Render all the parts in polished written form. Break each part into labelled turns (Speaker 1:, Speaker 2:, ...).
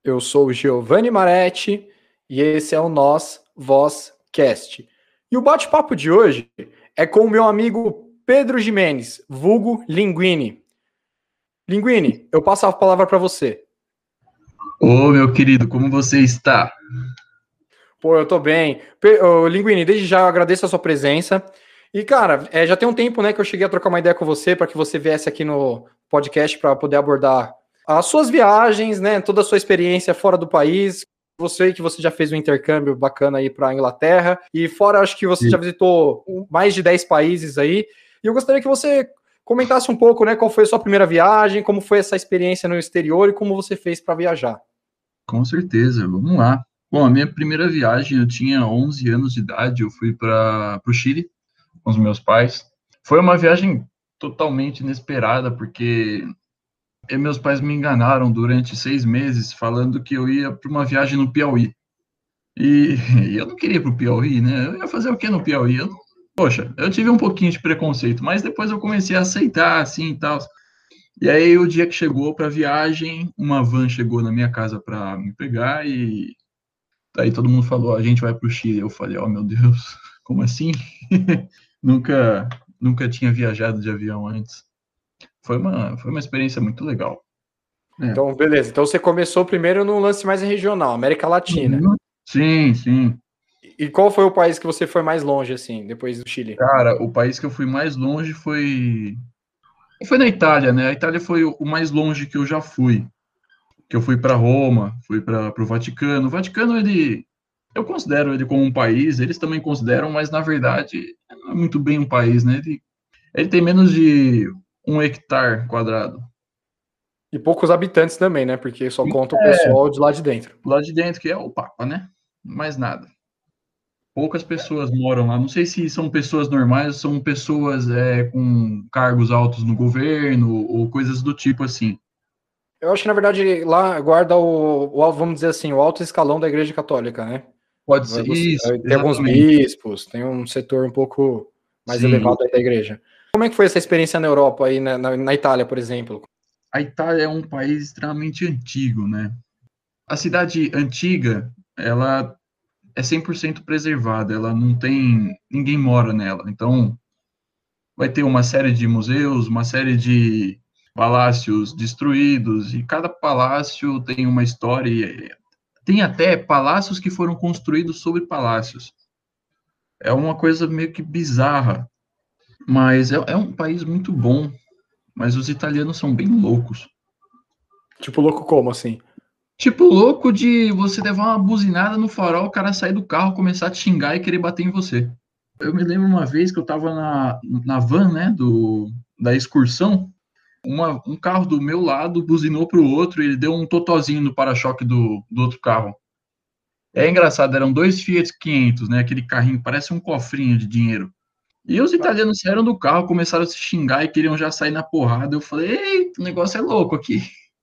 Speaker 1: Eu sou o Giovanni Maretti e esse é o Nós Voz Cast. E o bate-papo de hoje é com o meu amigo Pedro Jimenez, vulgo Linguini. Linguini, eu passo a palavra para você.
Speaker 2: Ô, meu querido, como você está?
Speaker 1: Pô, eu tô bem. Linguini, desde já eu agradeço a sua presença. E, cara, já tem um tempo, né, que eu cheguei a trocar uma ideia com você para que você viesse aqui no podcast para poder abordar as suas viagens, né, toda a sua experiência fora do país. Você que você já fez um intercâmbio bacana aí para a Inglaterra. E fora, acho que você já visitou mais de 10 países aí. E eu gostaria que você comentasse um pouco, né, qual foi a sua primeira viagem, como foi essa experiência no exterior e como você fez para viajar.
Speaker 2: Com certeza, vamos lá. Bom, a minha primeira viagem, eu tinha 11 anos de idade, eu fui para o Chile com os meus pais. Foi uma viagem totalmente inesperada, porque meus pais me enganaram durante 6 meses, falando que eu ia para uma viagem no Piauí. E, e eu não queria ir para o Piauí, né? Eu ia fazer o quê no Piauí? Poxa, eu tive um pouquinho de preconceito, mas depois eu comecei a aceitar, assim, e tal. E aí, o dia que chegou para a viagem, uma van chegou na minha casa para me pegar e aí todo mundo falou, a gente vai para o Chile. Eu falei, oh, meu Deus, como assim? nunca, nunca tinha viajado de avião antes. Foi uma experiência muito legal. É.
Speaker 1: Então, beleza. Então você começou primeiro num lance mais regional, América Latina.
Speaker 2: Sim, sim.
Speaker 1: E qual foi o país que você foi mais longe, assim, depois do Chile?
Speaker 2: Cara, o país que eu fui mais longe foi na Itália, né? A Itália foi o mais longe que eu já fui. Que eu fui para Roma, fui para o Vaticano. O Vaticano, eu considero ele como um país, eles também consideram, mas na verdade não é muito bem um país, né? Ele tem menos de 1 hectare quadrado.
Speaker 1: E poucos habitantes também, né? Porque só conta o
Speaker 2: É,
Speaker 1: pessoal de lá de dentro.
Speaker 2: lá de dentro, que é o Papa, né? Mais nada. Poucas pessoas moram lá. Não sei se são pessoas normais ou são pessoas com cargos altos no governo ou coisas do tipo assim.
Speaker 1: Eu acho que, na verdade, lá guarda vamos dizer assim, o alto escalão da Igreja Católica, né?
Speaker 2: Pode ser isso,
Speaker 1: Tem alguns
Speaker 2: exatamente.
Speaker 1: bispos, tem um setor um pouco mais
Speaker 2: Sim.
Speaker 1: elevado aí da igreja. Como é que foi essa experiência na Europa, aí na Itália, por exemplo?
Speaker 2: A Itália é um país extremamente antigo, né? A cidade antiga, ela é 100% preservada, ela não tem, ninguém mora nela. Então, vai ter uma série de museus, uma série de palácios destruídos, e cada palácio tem uma história. Tem até palácios que foram construídos sobre palácios. É uma coisa meio que bizarra, mas é um país muito bom. Mas os italianos são bem loucos.
Speaker 1: Tipo, louco como, assim?
Speaker 2: Tipo, louco de você levar uma buzinada no farol, o cara sair do carro, começar a te xingar e querer bater em você. Eu me lembro uma vez que eu tava na van, né, da excursão, um carro do meu lado buzinou pro outro e ele deu um totozinho no para-choque do outro carro. É engraçado, eram dois Fiat 500, né, aquele carrinho, parece um cofrinho de dinheiro. E os italianos saíram do carro, começaram a se xingar e queriam já sair na porrada. Eu falei, eita, o negócio é louco aqui.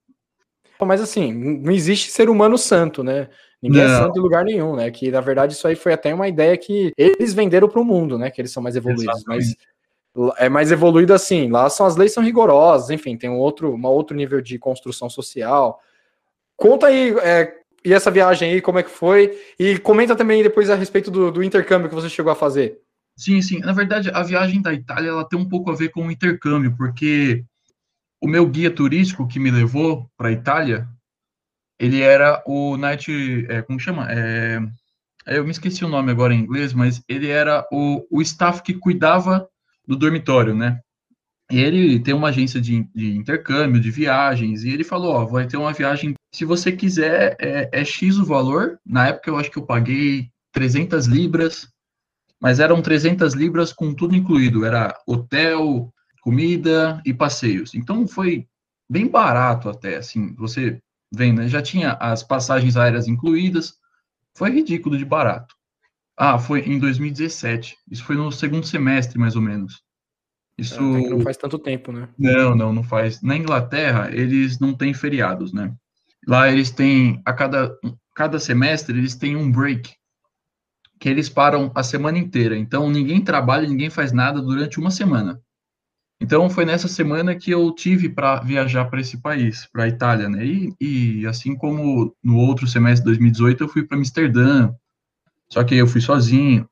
Speaker 1: Mas assim, não existe ser humano santo, né? Ninguém é
Speaker 2: Não,
Speaker 1: santo em lugar nenhum, né? Que na verdade isso aí foi até uma ideia que eles venderam para o mundo, né? Que eles são mais evoluídos, mas
Speaker 2: exatamente.
Speaker 1: é mais evoluído assim. Lá as leis são rigorosas, enfim, tem um outro nível de construção social. Conta aí, e essa viagem aí, como é que foi? E comenta também depois a respeito do intercâmbio que você chegou a fazer.
Speaker 2: Sim, sim. Na verdade, a viagem da Itália ela tem um pouco a ver com o intercâmbio, porque o meu guia turístico que me levou para a Itália, ele era o night, como chama? Eu me esqueci o nome agora em inglês, mas ele era o staff que cuidava do dormitório, né? E ele tem uma agência de intercâmbio, de viagens, e ele falou, ó, vai ter uma viagem, se você quiser, é X o valor. Na época eu acho que eu paguei 300 libras, mas eram 300 libras com tudo incluído, era hotel, comida e passeios. Então foi bem barato até, assim, você vem, né? Já tinha as passagens aéreas incluídas, foi ridículo de barato. Ah, foi em 2017. Isso foi no segundo semestre, mais ou menos. Isso,
Speaker 1: Até que não faz tanto tempo, né?
Speaker 2: não faz. Na Inglaterra, eles não têm feriados, né? Lá eles têm, cada semestre, eles têm um break, que eles param a semana inteira. Então, ninguém trabalha, ninguém faz nada durante uma semana. Então, foi nessa semana que eu tive para viajar para esse país, para a Itália, né? E assim como no outro semestre de 2018, eu fui para Amsterdã, só que eu fui sozinho.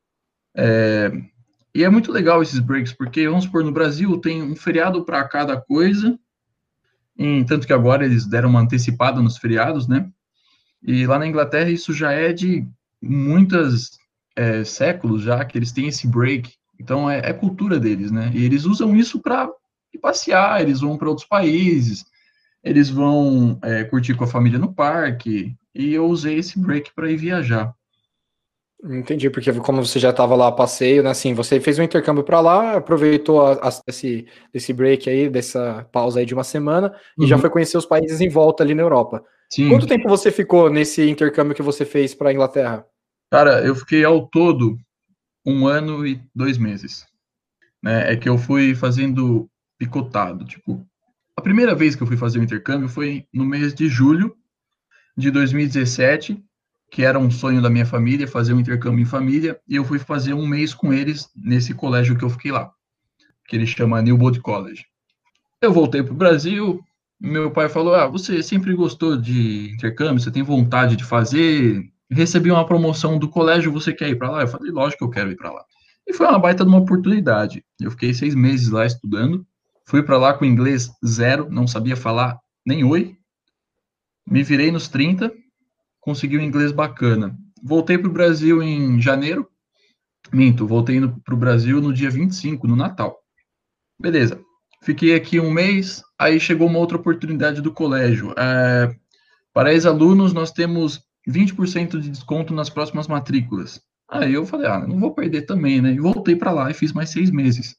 Speaker 2: E é muito legal esses breaks, porque, vamos supor, no Brasil tem um feriado para cada coisa, tanto que agora eles deram uma antecipada nos feriados, né? E lá na Inglaterra isso já é de muitas séculos já que eles têm esse break. Então é cultura deles, né? E eles usam isso para passear, eles vão para outros países, eles vão curtir com a família no parque. E eu usei esse break para ir viajar.
Speaker 1: Entendi, porque como você já estava lá a passeio, né? Assim, você fez um intercâmbio para lá, aproveitou esse break aí, dessa pausa aí de uma semana, e já
Speaker 2: Uhum,
Speaker 1: foi conhecer os países em volta ali na Europa.
Speaker 2: sim,
Speaker 1: Quanto tempo você ficou nesse intercâmbio que você fez para a Inglaterra?
Speaker 2: cara, eu fiquei ao todo 1 ano e 2 meses, né? É que eu fui fazendo picotado, tipo, a primeira vez que eu fui fazer o intercâmbio foi no mês de julho de 2017, que era um sonho da minha família, fazer um intercâmbio em família, e eu fui fazer 1 mês com eles nesse colégio que eu fiquei lá, que ele chama Newbold College. Eu voltei para o Brasil, meu pai falou, você sempre gostou de intercâmbio, você tem vontade de fazer, recebi uma promoção do colégio, você quer ir para lá? Eu falei, lógico que eu quero ir para lá. E foi uma baita de uma oportunidade. Eu fiquei 6 meses lá estudando, fui para lá com inglês zero, não sabia falar nem oi, me virei nos 30, consegui um inglês bacana. Voltei para o Brasil em janeiro. Minto, voltei para o Brasil no dia 25, no Natal. Beleza. Fiquei aqui 1 mês, aí chegou uma outra oportunidade do colégio. Para ex-alunos, nós temos 20% de desconto nas próximas matrículas. Aí eu falei, não vou perder também, né? E voltei para lá e fiz mais 6 meses.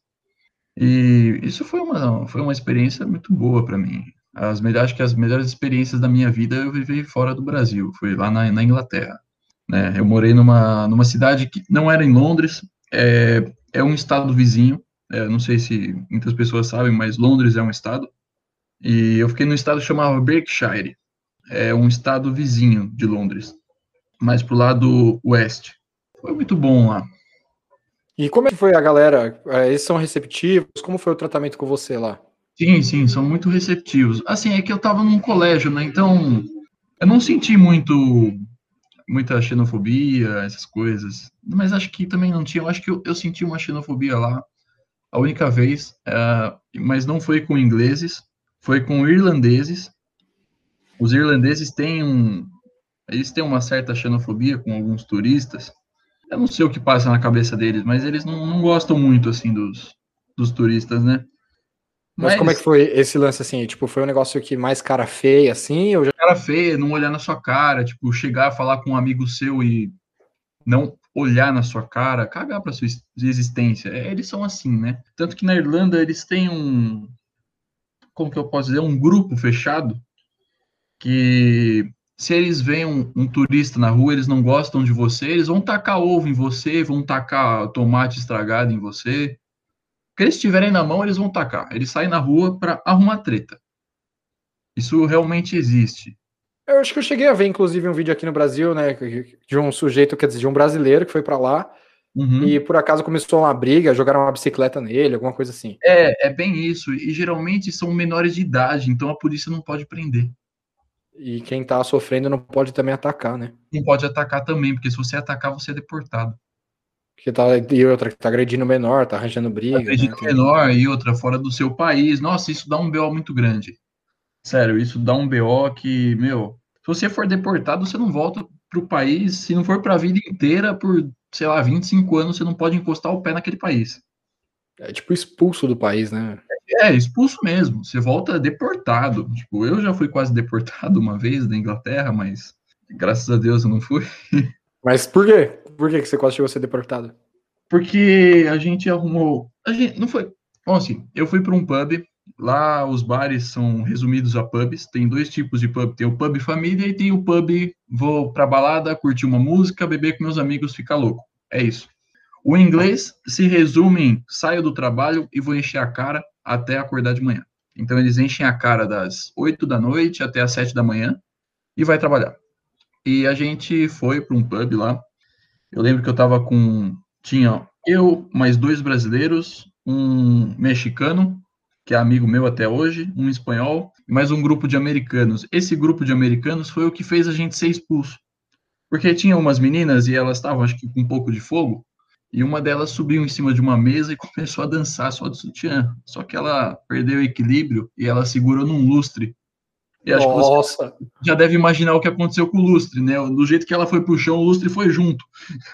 Speaker 2: E isso foi uma experiência muito boa para mim. Acho que as melhores experiências da minha vida eu vivi fora do Brasil, foi lá na Inglaterra, né? Eu morei numa cidade que não era em Londres, é um estado vizinho, não sei se muitas pessoas sabem, mas Londres é um estado, e eu fiquei no estado que chamava Berkshire, é um estado vizinho de Londres, mais pro lado oeste. Foi muito bom lá.
Speaker 1: E como é que foi a galera? Eles são receptivos? Como foi o tratamento com você lá?
Speaker 2: Sim, sim, são muito receptivos. Assim, é que eu estava num colégio, né? Então, eu não senti muita xenofobia, essas coisas. Mas acho que também não tinha. Eu acho que eu senti uma xenofobia lá a única vez, mas não foi com ingleses, foi com irlandeses. Os irlandeses eles têm uma certa xenofobia com alguns turistas. Eu não sei o que passa na cabeça deles, mas eles não gostam muito assim dos turistas, né?
Speaker 1: Mas como é que
Speaker 2: Mas
Speaker 1: foi esse lance assim? Tipo, foi um negócio que mais cara feia assim, ou já...
Speaker 2: cara feia, não olhar na sua cara, tipo, chegar a falar com um amigo seu e não olhar na sua cara, cagar para sua existência. Eles são assim, né? Tanto que na Irlanda eles têm como que eu posso dizer, um grupo fechado que se eles veem um turista na rua, eles não gostam de você, eles vão tacar ovo em você, vão tacar tomate estragado em você. O que eles tiverem na mão, eles vão tacar. Eles saem na rua para arrumar treta. Isso realmente existe.
Speaker 1: Eu acho que eu cheguei a ver, inclusive, um vídeo aqui no Brasil, né, de um sujeito, quer dizer, de um brasileiro que foi pra lá e
Speaker 2: Uhum.
Speaker 1: por acaso começou uma briga, jogaram uma bicicleta nele, alguma coisa assim.
Speaker 2: É bem isso. E geralmente são menores de idade, então a polícia não pode prender.
Speaker 1: E quem tá sofrendo não pode também atacar, né?
Speaker 2: Não pode atacar também, porque se você atacar, você é deportado.
Speaker 1: Que tá, e outra que tá agredindo o menor, tá arranjando briga, né?
Speaker 2: Acredito menor e outra fora do seu país. Nossa, isso dá um BO muito grande. Sério, isso dá um BO que, meu, se você for deportado, você não volta pro país, se não for pra vida inteira, por, sei lá, 25 anos, você não pode encostar o pé naquele país.
Speaker 1: É tipo expulso do país, né?
Speaker 2: É, expulso mesmo, você volta deportado. Tipo, eu já fui quase deportado uma vez da Inglaterra, mas graças a Deus eu não fui.
Speaker 1: Mas por quê? Por que você quase chegou a ser deportado?
Speaker 2: Porque a gente arrumou. A gente não foi. Bom, assim, eu fui para um pub. Lá os bares são resumidos a pubs. Tem dois tipos de pub. Tem o pub família e tem o pub vou pra balada, curtir uma música, beber com meus amigos, ficar louco. É isso. O inglês se resume em saio do trabalho e vou encher a cara até acordar de manhã. Então eles enchem a cara das 8 da noite até as 7 da manhã e vai trabalhar. E a gente foi para um pub lá. Eu lembro que eu tava com. Tinha eu, mais dois brasileiros, um mexicano, que é amigo meu até hoje, um espanhol, e mais um grupo de americanos. Esse grupo de americanos foi o que fez a gente ser expulso. Porque tinha umas meninas e elas estavam, acho que com um pouco de fogo, e uma delas subiu em cima de uma mesa e começou a dançar só de sutiã. Só que ela perdeu o equilíbrio e ela segurou num lustre. E acho que você
Speaker 1: Nossa,
Speaker 2: já deve imaginar o que aconteceu com o lustre, né? Do jeito que ela foi pro chão, o lustre foi junto.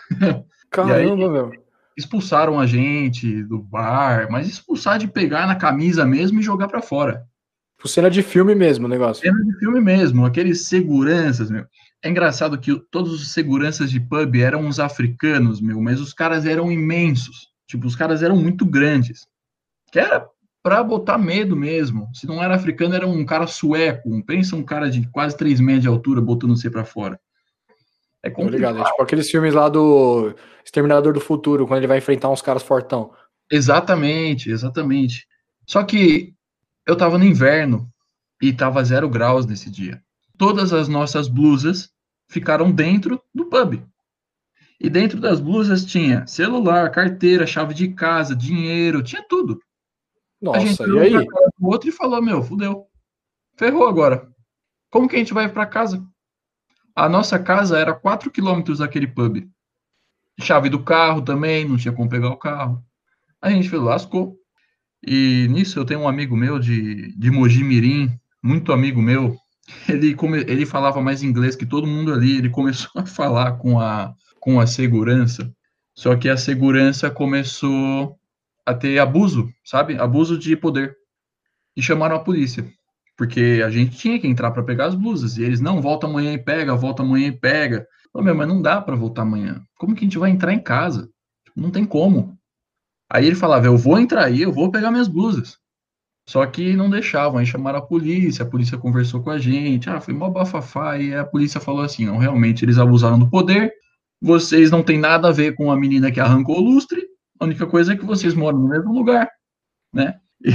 Speaker 2: E aí
Speaker 1: caramba, meu.
Speaker 2: expulsaram a gente do bar, mas expulsar de pegar na camisa mesmo e jogar pra fora.
Speaker 1: Tipo, cena de filme mesmo o negócio.
Speaker 2: Cena de filme mesmo, aqueles seguranças, meu. É engraçado que todos os seguranças de pub eram uns africanos, meu, mas os caras eram imensos. Tipo, os caras eram muito grandes. Que era pra botar medo mesmo. Se não era africano, era um cara sueco. Pensa um cara de quase 3 metros de altura botando você pra fora. É
Speaker 1: Tô ligado. É
Speaker 2: complicado.
Speaker 1: tipo aqueles filmes lá do Exterminador do Futuro, quando ele vai enfrentar uns caras fortão.
Speaker 2: Exatamente, exatamente. Só que eu tava no inverno e tava 0 graus nesse dia. Todas as nossas blusas ficaram dentro do pub. E dentro das blusas tinha celular, carteira, chave de casa, dinheiro, tinha tudo. A gente
Speaker 1: Nossa, e
Speaker 2: olhou um pra
Speaker 1: aí?
Speaker 2: cara do outro e falou: Meu, fudeu, ferrou agora. Como que a gente vai pra casa? A nossa casa era 4 quilômetros daquele pub. Chave do carro também, não tinha como pegar o carro. A gente falou: lascou. E nisso eu tenho um amigo meu de Mogi Mirim, muito amigo meu. Ele falava mais inglês que todo mundo ali. Ele começou a falar com a segurança. Só que a segurança começou a ter abuso, sabe? Abuso de poder. E chamaram a polícia. Porque a gente tinha que entrar para pegar as blusas. E eles, não, volta amanhã e pega, volta amanhã e pega. Ô, meu, mas não dá para voltar amanhã. Como que a gente vai entrar em casa? Não tem como. Aí ele falava, eu vou entrar aí, eu vou pegar minhas blusas. Só que não deixavam, aí chamaram a polícia conversou com a gente, foi mó bafafá, e a polícia falou assim, não, realmente eles abusaram do poder, vocês não têm nada a ver com a menina que arrancou o lustre, a única coisa é que vocês moram no mesmo lugar, né?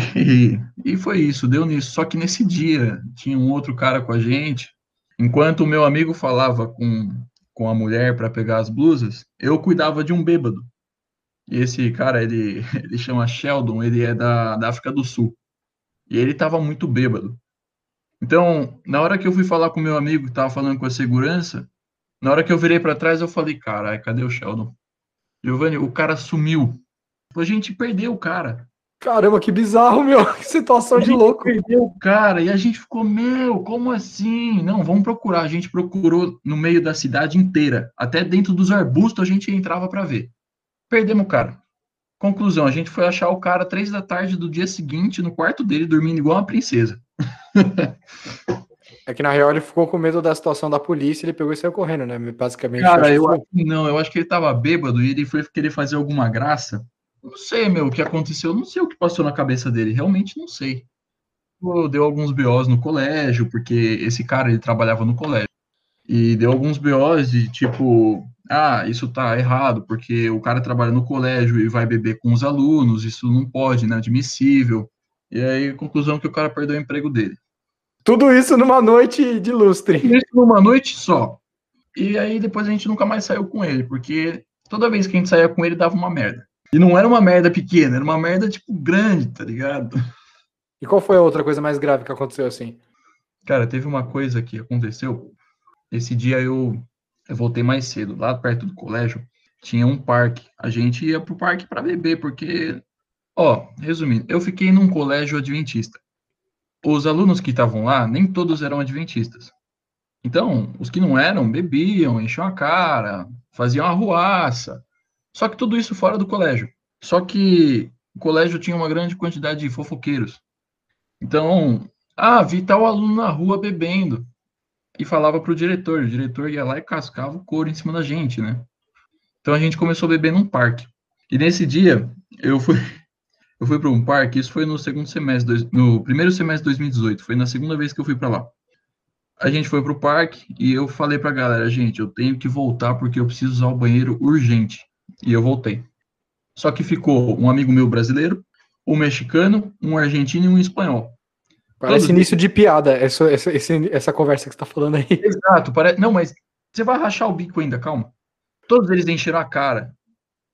Speaker 2: E foi isso, deu nisso. Só que nesse dia tinha um outro cara com a gente, enquanto o meu amigo falava com a mulher para pegar as blusas, eu cuidava de um bêbado. E esse cara, ele chama Sheldon, ele é da África do Sul. E ele estava muito bêbado. Então, na hora que eu fui falar com meu amigo que estava falando com a segurança, na hora que eu virei para trás, eu falei, caralho, cadê o Sheldon? Giovanni, o cara sumiu. A gente perdeu o cara.
Speaker 1: Caramba, que bizarro, meu. Que situação
Speaker 2: A
Speaker 1: de
Speaker 2: gente
Speaker 1: louco.
Speaker 2: perdeu o cara e a gente ficou, meu, como assim? Não, vamos procurar. A gente procurou no meio da cidade inteira. Até dentro dos arbustos a gente entrava para ver. Perdemos o cara. Conclusão, a gente foi achar o cara 3 da tarde do dia seguinte no quarto dele, dormindo igual uma princesa.
Speaker 1: É que na real ele ficou com medo da situação da polícia, ele pegou e saiu correndo, né? Basicamente, eu acho
Speaker 2: Cara,
Speaker 1: que
Speaker 2: eu
Speaker 1: foi.
Speaker 2: acho que não, eu acho que ele tava bêbado e ele foi querer fazer alguma graça. Não sei, meu, o que aconteceu, não sei o que passou na cabeça dele, realmente não sei. Pô, deu alguns BOs no colégio, porque esse cara, ele trabalhava no colégio. E deu alguns BOs de tipo, isso tá errado, porque o cara trabalha no colégio e vai beber com os alunos, isso não pode, né, admissível. E aí, conclusão que o cara perdeu o emprego dele.
Speaker 1: Tudo isso numa noite de lustre.
Speaker 2: Isso numa noite só. E aí depois a gente nunca mais saiu com ele, porque toda vez que a gente saía com ele dava uma merda. E não era uma merda pequena, era uma merda, tipo, grande, tá ligado?
Speaker 1: E qual foi a outra coisa mais grave que aconteceu assim?
Speaker 2: Cara, teve uma coisa que aconteceu. Esse dia eu voltei mais cedo, lá perto do colégio, tinha um parque. A gente ia pro parque para beber, porque, resumindo, eu fiquei num colégio adventista. Os alunos que estavam lá, nem todos eram adventistas. Então, os que não eram, bebiam, enchiam a cara, faziam arruaça. Só que tudo isso fora do colégio. Só que o colégio tinha uma grande quantidade de fofoqueiros. Então, vi tal aluno na rua bebendo. E falava pro diretor. O diretor ia lá e cascava o couro em cima da gente, né? Então a gente começou a beber num parque. E nesse dia, eu fui, eu fui para um parque, isso foi no segundo semestre, no primeiro semestre de 2018, foi na segunda vez que eu fui para lá. A gente foi pro parque e eu falei pra galera, gente, eu tenho que voltar porque eu preciso usar o banheiro urgente. E eu voltei. Só que ficou um amigo meu brasileiro, um mexicano, um argentino e um espanhol.
Speaker 1: Parece
Speaker 2: Todos
Speaker 1: início
Speaker 2: eles...
Speaker 1: de piada, essa conversa que você tá falando aí.
Speaker 2: Exato, parece... Não, mas você vai rachar o bico ainda, calma. Todos eles encheram a cara.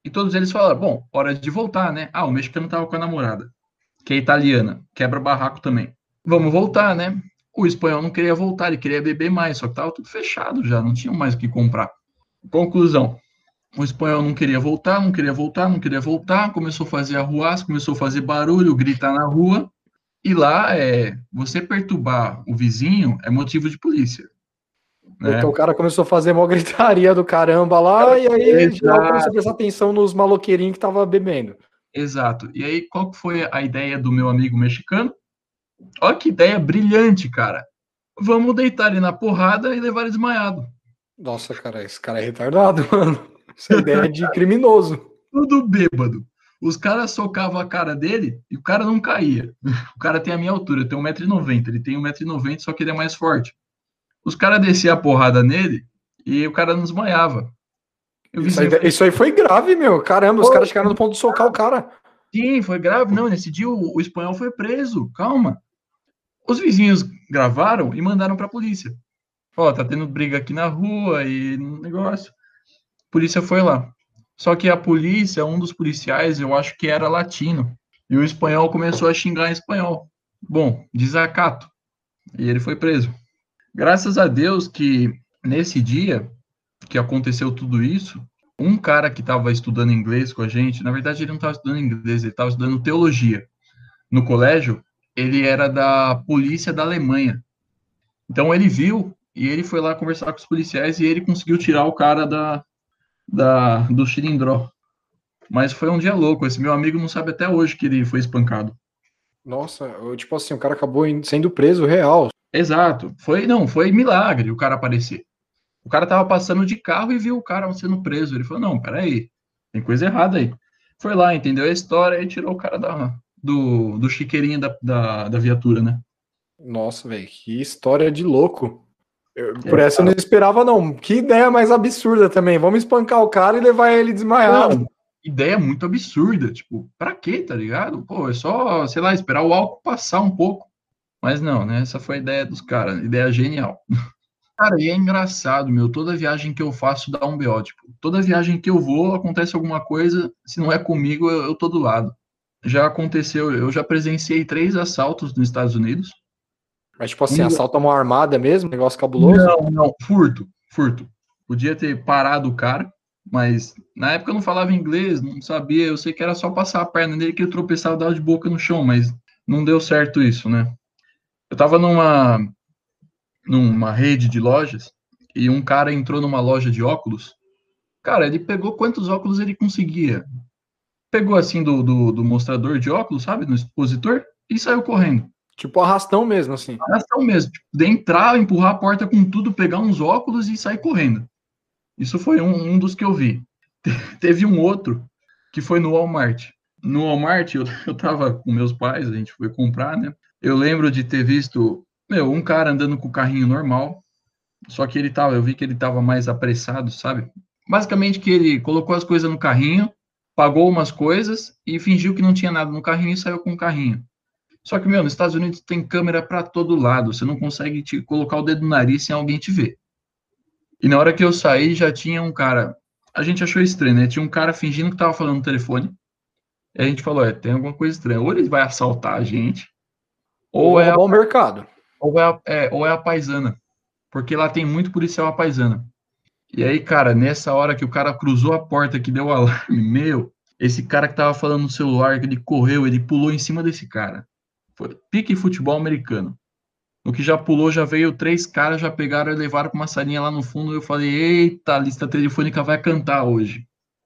Speaker 2: E todos eles falaram, bom, hora de voltar, né? Ah, o mexicano tava com a namorada, que é italiana, quebra barraco também. Vamos voltar, né? O espanhol não queria voltar, ele queria beber mais, só que tava tudo fechado já, não tinha mais o que comprar. Conclusão, o espanhol não queria voltar, não queria voltar, não queria voltar, começou a fazer arruaça, começou a fazer barulho, gritar na rua, e lá você perturbar o vizinho é motivo de polícia,
Speaker 1: Então o
Speaker 2: né?
Speaker 1: cara começou a fazer uma gritaria do caramba lá, e aí geral começou a prestar
Speaker 2: Exato,
Speaker 1: atenção nos maloqueirinhos que tava bebendo.
Speaker 2: exato. E aí, qual que foi a ideia do meu amigo mexicano? Olha que ideia brilhante, cara. Vamos deitar ele na porrada e levar ele desmaiado.
Speaker 1: Nossa, cara, esse cara é retardado, mano. Isso é ideia de criminoso.
Speaker 2: Tudo bêbado. Os caras socavam a cara dele e o cara não caía. O cara tem a minha altura, eu tenho 1,90 m. Ele tem 1,90 m, só que ele é mais forte. Os caras desciam a porrada nele e o cara não desmaiava. E o vizinho falou,
Speaker 1: Isso aí foi grave, meu. Caramba, os caras chegaram no ponto de socar o cara.
Speaker 2: sim, foi grave. Não, nesse dia o espanhol foi preso. Calma. Os vizinhos gravaram e mandaram para a polícia. Ó, tá tendo briga aqui na rua e negócio. A polícia foi lá. Só que a polícia, um dos policiais, eu acho que era latino. E o espanhol começou a xingar em espanhol. Bom, desacato. E ele foi preso. Graças a Deus que nesse dia que aconteceu tudo isso, um cara que estava estudando inglês com a gente, na verdade ele não estava estudando inglês, ele estava estudando teologia no colégio, ele era da polícia da Alemanha. Então ele viu e ele foi lá conversar com os policiais e ele conseguiu tirar o cara do Chilindró. Mas foi um dia louco. Esse meu amigo não sabe até hoje que ele foi espancado.
Speaker 1: Nossa, tipo assim, o cara acabou sendo preso real.
Speaker 2: Exato. Foi milagre o cara aparecer. O cara tava passando de carro e viu o cara sendo preso. Ele falou, não, peraí, tem coisa errada aí. Foi lá, entendeu a história e tirou o cara do chiqueirinho da viatura, né?
Speaker 1: Nossa, velho, que história de louco. Por
Speaker 2: É,
Speaker 1: essa eu não esperava, não. Que ideia mais absurda também. Vamos espancar o cara e levar ele desmaiado.
Speaker 2: não, ideia muito absurda. Tipo, pra quê, tá ligado? Pô, é só, sei lá, esperar o álcool passar um pouco. Mas não, né? Essa foi a ideia dos caras. Ideia genial. Cara, e é engraçado, meu. Toda viagem que eu faço dá um BO. Tipo, toda viagem que eu vou, acontece alguma coisa. Se não é comigo, eu tô do lado. Já aconteceu, eu já presenciei 3 assaltos nos Estados Unidos.
Speaker 1: Mas, tipo assim,
Speaker 2: Um,
Speaker 1: assalto a mão armada mesmo, negócio cabuloso.
Speaker 2: não, furto. Podia ter parado o cara, mas na época eu não falava inglês, não sabia. Eu sei que era só passar a perna nele que ele tropeçava e dava de boca no chão, mas não deu certo isso, né? Eu tava numa rede de lojas e um cara entrou numa loja de óculos. Cara, ele pegou quantos óculos ele conseguia. Pegou assim do mostrador de óculos, sabe? No expositor, e saiu correndo.
Speaker 1: Tipo arrastão mesmo, assim.
Speaker 2: Ação mesmo. Tipo, de entrar, empurrar a porta com tudo, pegar uns óculos e sair correndo. Isso foi um dos que eu vi. Teve um outro que foi no Walmart. No Walmart, eu tava com meus pais, a gente foi comprar, né? Eu lembro de ter visto, um cara andando com o carrinho normal, só que eu vi que ele tava mais apressado, sabe? Basicamente que ele colocou as coisas no carrinho, pagou umas coisas e fingiu que não tinha nada no carrinho e saiu com o carrinho. Só que, nos Estados Unidos tem câmera para todo lado, você não consegue te colocar o dedo no nariz sem alguém te ver. E na hora que eu saí, já tinha um cara. A gente achou estranho, né? Tinha um cara fingindo que tava falando no telefone. E a gente falou: tem alguma coisa estranha. Ou ele vai assaltar a gente,
Speaker 1: Ou
Speaker 2: ou
Speaker 1: vai
Speaker 2: é a,
Speaker 1: roubar o mercado.
Speaker 2: ou é a paisana. Porque lá tem muito policial à paisana. E aí, cara, nessa hora que o cara cruzou a porta que deu o alarme, esse cara que tava falando no celular, que ele correu, ele pulou em cima desse cara. Foi pique futebol americano. No que já pulou, já veio 3 caras, já pegaram e levaram para uma salinha lá no fundo. Eu falei, eita, a lista telefônica vai cantar hoje.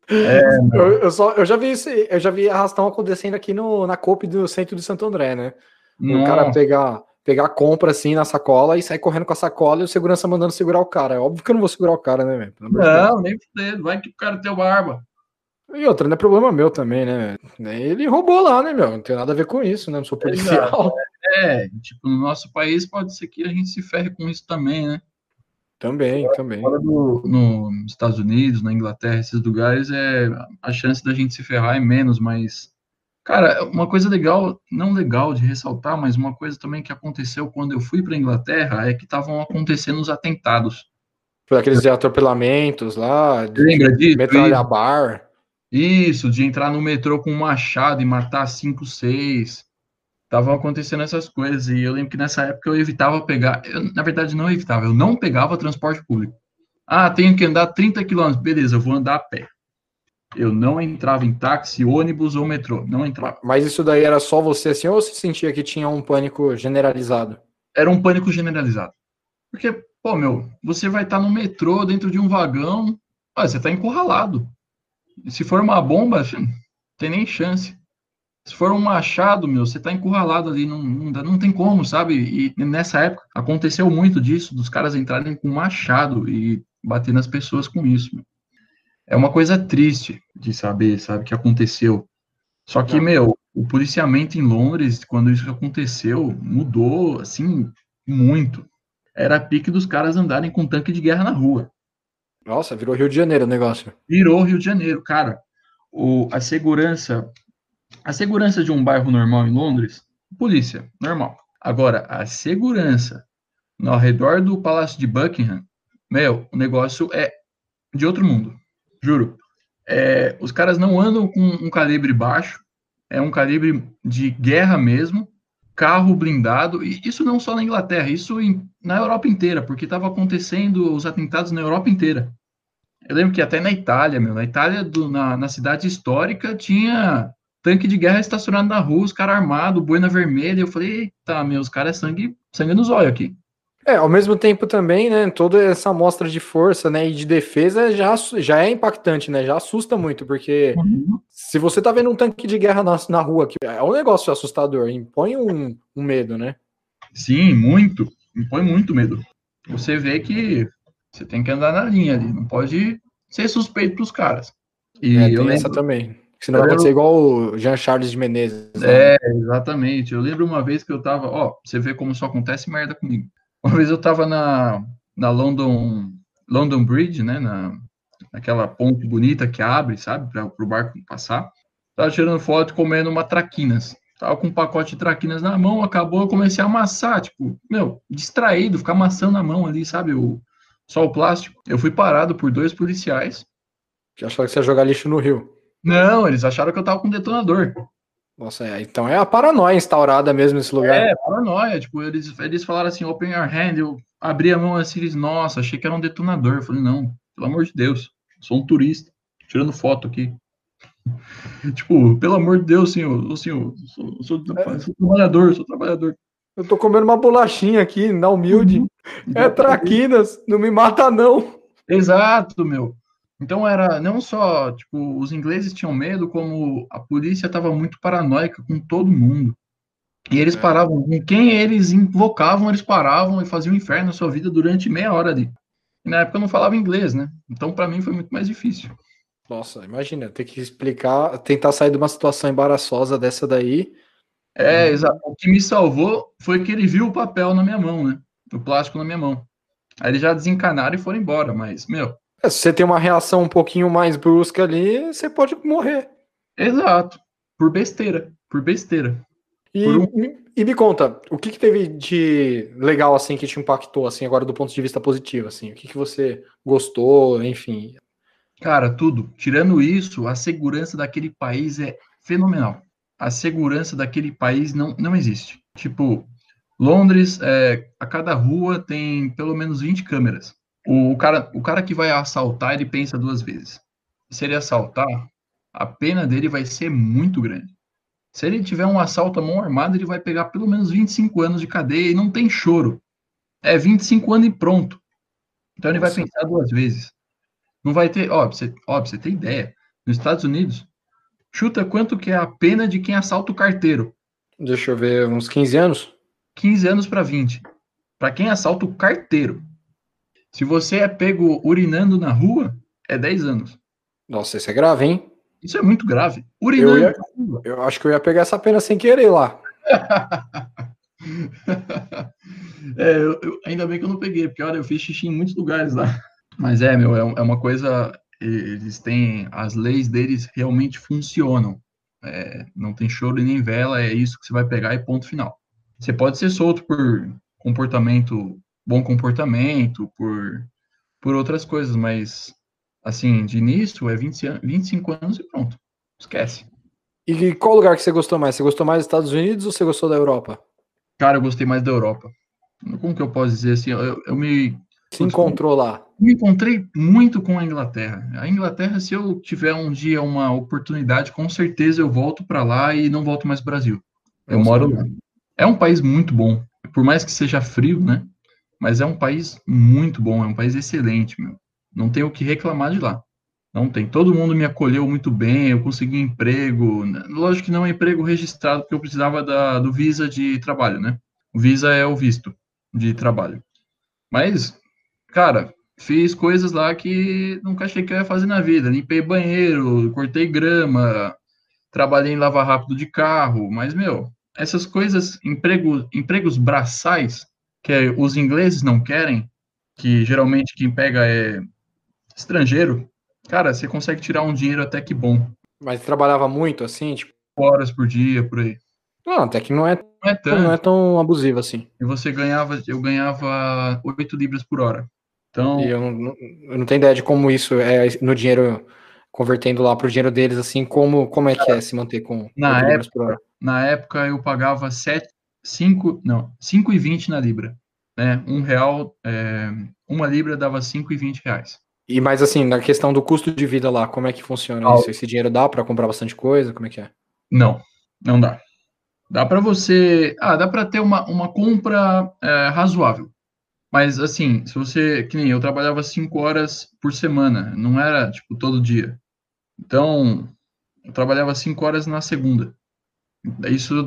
Speaker 1: Eu já vi isso, eu já vi arrastão acontecendo aqui na Coop do centro de Santo André, né? O cara
Speaker 2: Nossa,
Speaker 1: pegar a compra assim na sacola e sair correndo com a sacola e o segurança mandando segurar o cara. É óbvio que eu não vou segurar o cara, né, velho? Pelo amor de Deus.
Speaker 2: não, nem fudendo, vai que o cara tem barba.
Speaker 1: E outra, não é problema meu também, né? Ele roubou lá, né, meu? Não tem nada a ver com isso, né? Não sou
Speaker 2: Exato.
Speaker 1: policial.
Speaker 2: Tipo, no nosso país pode ser que a gente se ferre com isso também, né?
Speaker 1: Também, também.
Speaker 2: Fora nos Estados Unidos, na Inglaterra, esses lugares, a chance da gente se ferrar é menos, mas, cara, uma coisa legal, não legal de ressaltar, mas uma coisa também que aconteceu quando eu fui para Inglaterra é que estavam acontecendo os atentados.
Speaker 1: Foi aqueles atropelamentos lá, de
Speaker 2: Lembra disso?
Speaker 1: metralhar bar.
Speaker 2: Isso, de entrar no metrô com um machado e matar 5, 6. Estavam acontecendo essas coisas. E eu lembro que nessa época eu evitava pegar. Na verdade, não evitava, eu não pegava transporte público. Ah, tenho que andar 30 quilômetros. Beleza, eu vou andar a pé. Eu não entrava em táxi, ônibus ou metrô. Não entrava.
Speaker 1: Mas isso daí era só você assim, ou você sentia que tinha um pânico generalizado?
Speaker 2: Era um pânico generalizado. Porque, pô, meu, você vai estar no metrô, dentro de um vagão, você está encurralado. E se for uma bomba, não tem nem chance. Se for um machado, meu, você tá encurralado ali, não tem como, sabe? E nessa época aconteceu muito disso, dos caras entrarem com machado e bater nas pessoas com isso. Meu. É uma coisa triste de saber, sabe, que aconteceu. Só que,
Speaker 1: Não.
Speaker 2: meu, o policiamento em Londres, quando isso aconteceu, mudou, assim, muito. Era a pique dos caras andarem com tanque de guerra na rua.
Speaker 1: Nossa, virou Rio de Janeiro o negócio.
Speaker 2: Virou Rio de Janeiro, cara. A segurança de um bairro normal em Londres, polícia, normal. Agora, a segurança ao redor do Palácio de Buckingham, meu, o negócio é de outro mundo, juro. Os caras não andam com um calibre baixo, é um calibre de guerra mesmo, carro blindado, e isso não só na Inglaterra, isso na Europa inteira, porque estava acontecendo os atentados na Europa inteira. Eu lembro que até na Itália, meu, na Itália, na cidade histórica, tinha tanque de guerra estacionado na rua, os caras armados, boina vermelha. Eu falei, eita, meu, os caras é sangue, sangue nos olhos aqui.
Speaker 1: Ao mesmo tempo também, né, toda essa amostra de força, né, e de defesa já é impactante, né, já assusta muito, porque
Speaker 2: Uhum.
Speaker 1: se você tá vendo um tanque de guerra na rua, que é um negócio assustador, impõe um medo, né?
Speaker 2: Sim, muito. Me põe muito medo. Você vê que você tem que andar na linha ali, não pode ser suspeito pros caras. E eu
Speaker 1: Tem essa
Speaker 2: lembro,
Speaker 1: também. Senão
Speaker 2: eu
Speaker 1: vai acontecer
Speaker 2: lembro,
Speaker 1: igual o Jean Charles de Menezes lá, né?
Speaker 2: exatamente. Eu lembro uma vez que eu tava, você vê como só acontece merda comigo. Uma vez eu tava na London Bridge, né, naquela ponte bonita que abre, sabe, para o barco passar. Tava tirando foto e comendo uma traquinas. Tava com um pacote de traquinas na mão, acabou, eu comecei a amassar, tipo, meu, distraído, ficar amassando na mão ali, sabe, só o plástico. Eu fui parado por 2 policiais.
Speaker 1: Que achava que você ia jogar lixo no rio.
Speaker 2: Não, eles acharam que eu tava com detonador.
Speaker 1: Nossa, então é a paranoia instaurada mesmo nesse lugar.
Speaker 2: Paranoia, tipo, eles falaram assim, open your hand, eu abri a mão assim, eles, nossa, achei que era um detonador. Eu falei, não, pelo amor de Deus, sou um turista, tirando foto aqui. Tipo, pelo amor de Deus, senhor, sou trabalhador, sou trabalhador.
Speaker 1: Eu tô comendo uma bolachinha aqui, na humilde.
Speaker 2: Uhum.
Speaker 1: É
Speaker 2: Exatamente.
Speaker 1: traquinas, não me mata não.
Speaker 2: Exato, meu. Então era não só, tipo, os ingleses tinham medo, como a polícia estava muito paranoica com todo mundo. E eles
Speaker 1: É.
Speaker 2: paravam, com quem eles invocavam, eles paravam e faziam o inferno na sua vida durante meia hora ali. E na época eu não falava inglês, né? Então para mim foi muito mais difícil.
Speaker 1: Nossa, imagina, ter que explicar, tentar sair de uma situação embaraçosa dessa daí.
Speaker 2: Exato.
Speaker 1: E
Speaker 2: O que me salvou foi que ele viu o papel na minha mão, né? O plástico na minha mão. Aí eles já desencanaram e foram embora, mas, meu,
Speaker 1: se você tem uma reação um pouquinho mais brusca ali, você pode morrer.
Speaker 2: exato. Por besteira. Por besteira. Por um.
Speaker 1: E me conta, o que teve de legal assim que te impactou assim agora do ponto de vista positivo assim? O que você gostou, enfim?
Speaker 2: Cara, tudo. Tirando isso, a segurança daquele país é fenomenal. A segurança daquele país não existe. Tipo, Londres, a cada rua tem pelo menos 20 câmeras. O cara que vai assaltar, ele pensa 2 vezes. Se ele assaltar, a pena dele vai ser muito grande. Se ele tiver um assalto à mão armada, ele vai pegar pelo menos 25 anos de cadeia e não tem choro. É 25 anos e pronto. Então ele vai
Speaker 1: Nossa,
Speaker 2: pensar 2 vezes. Não vai ter, pra você ter ideia, nos Estados Unidos, chuta quanto que é a pena de quem assalta o carteiro.
Speaker 1: deixa eu ver, uns 15 anos?
Speaker 2: 15 anos para 20. Para quem assalta o carteiro. Se você é pego urinando na rua, é 10 anos.
Speaker 1: Nossa, isso é grave, hein?
Speaker 2: Isso é muito grave.
Speaker 1: Eu
Speaker 2: Urinando
Speaker 1: ia,
Speaker 2: na rua.
Speaker 1: eu acho que eu ia pegar essa pena sem querer lá.
Speaker 2: Ainda bem que eu não peguei, porque olha, eu fiz xixi em muitos lugares lá. Mas meu, é uma coisa. Eles têm. As leis deles realmente funcionam. Não tem choro e nem vela, é isso que você vai pegar e ponto final. Você pode ser solto por comportamento, bom comportamento, por outras coisas, mas Assim, de início é 25 anos e pronto. Esquece.
Speaker 1: E qual lugar que você gostou mais? Você gostou mais dos Estados Unidos ou você gostou da Europa?
Speaker 2: Cara, eu gostei mais da Europa. Como que eu posso dizer assim?
Speaker 1: Se
Speaker 2: Putz, eu
Speaker 1: encontrou lá?
Speaker 2: me encontrei muito com a Inglaterra. A Inglaterra, se eu tiver um dia uma oportunidade, com certeza eu volto para lá e não volto mais pro Brasil. Eu
Speaker 1: Nossa,
Speaker 2: moro lá.
Speaker 1: maneiro.
Speaker 2: É um país muito bom. Por mais que seja frio, né? Mas é um país muito bom, é um país excelente, meu. Não tenho o que reclamar de lá. Não tem. Todo mundo me acolheu muito bem, eu consegui emprego. Lógico que não é emprego registrado, porque eu precisava do visa de trabalho, né? O visa é o visto de trabalho. Mas, cara, fiz coisas lá que nunca achei que eu ia fazer na vida. Limpei banheiro, cortei grama, trabalhei em lavar rápido de carro. Mas, meu, essas coisas, empregos braçais, que os ingleses não querem, que geralmente quem pega é estrangeiro, cara, você consegue tirar um dinheiro até que bom.
Speaker 1: Mas trabalhava muito assim, tipo,
Speaker 2: Horas por dia, por aí.
Speaker 1: não, até que
Speaker 2: Não é
Speaker 1: não é
Speaker 2: tanto.
Speaker 1: tão abusivo assim.
Speaker 2: E eu ganhava 8 libras por hora.
Speaker 1: E
Speaker 2: Então,
Speaker 1: eu não tenho ideia de como isso é no dinheiro, convertendo lá pro dinheiro deles, assim, como é que é se manter com
Speaker 2: na
Speaker 1: 8 libras por
Speaker 2: época,
Speaker 1: hora.
Speaker 2: na época eu pagava 5,20 na libra, né? R$ 1, uma libra dava R$ 5,20.
Speaker 1: E mais assim, na questão do custo de vida lá, como é que funciona isso? Esse dinheiro dá para comprar bastante coisa? Como é que é?
Speaker 2: Não, não dá. Dá para ter uma compra razoável. Mas assim, se você, que nem eu trabalhava 5 horas por semana, não era tipo todo dia. Então, eu trabalhava 5 horas na segunda. Isso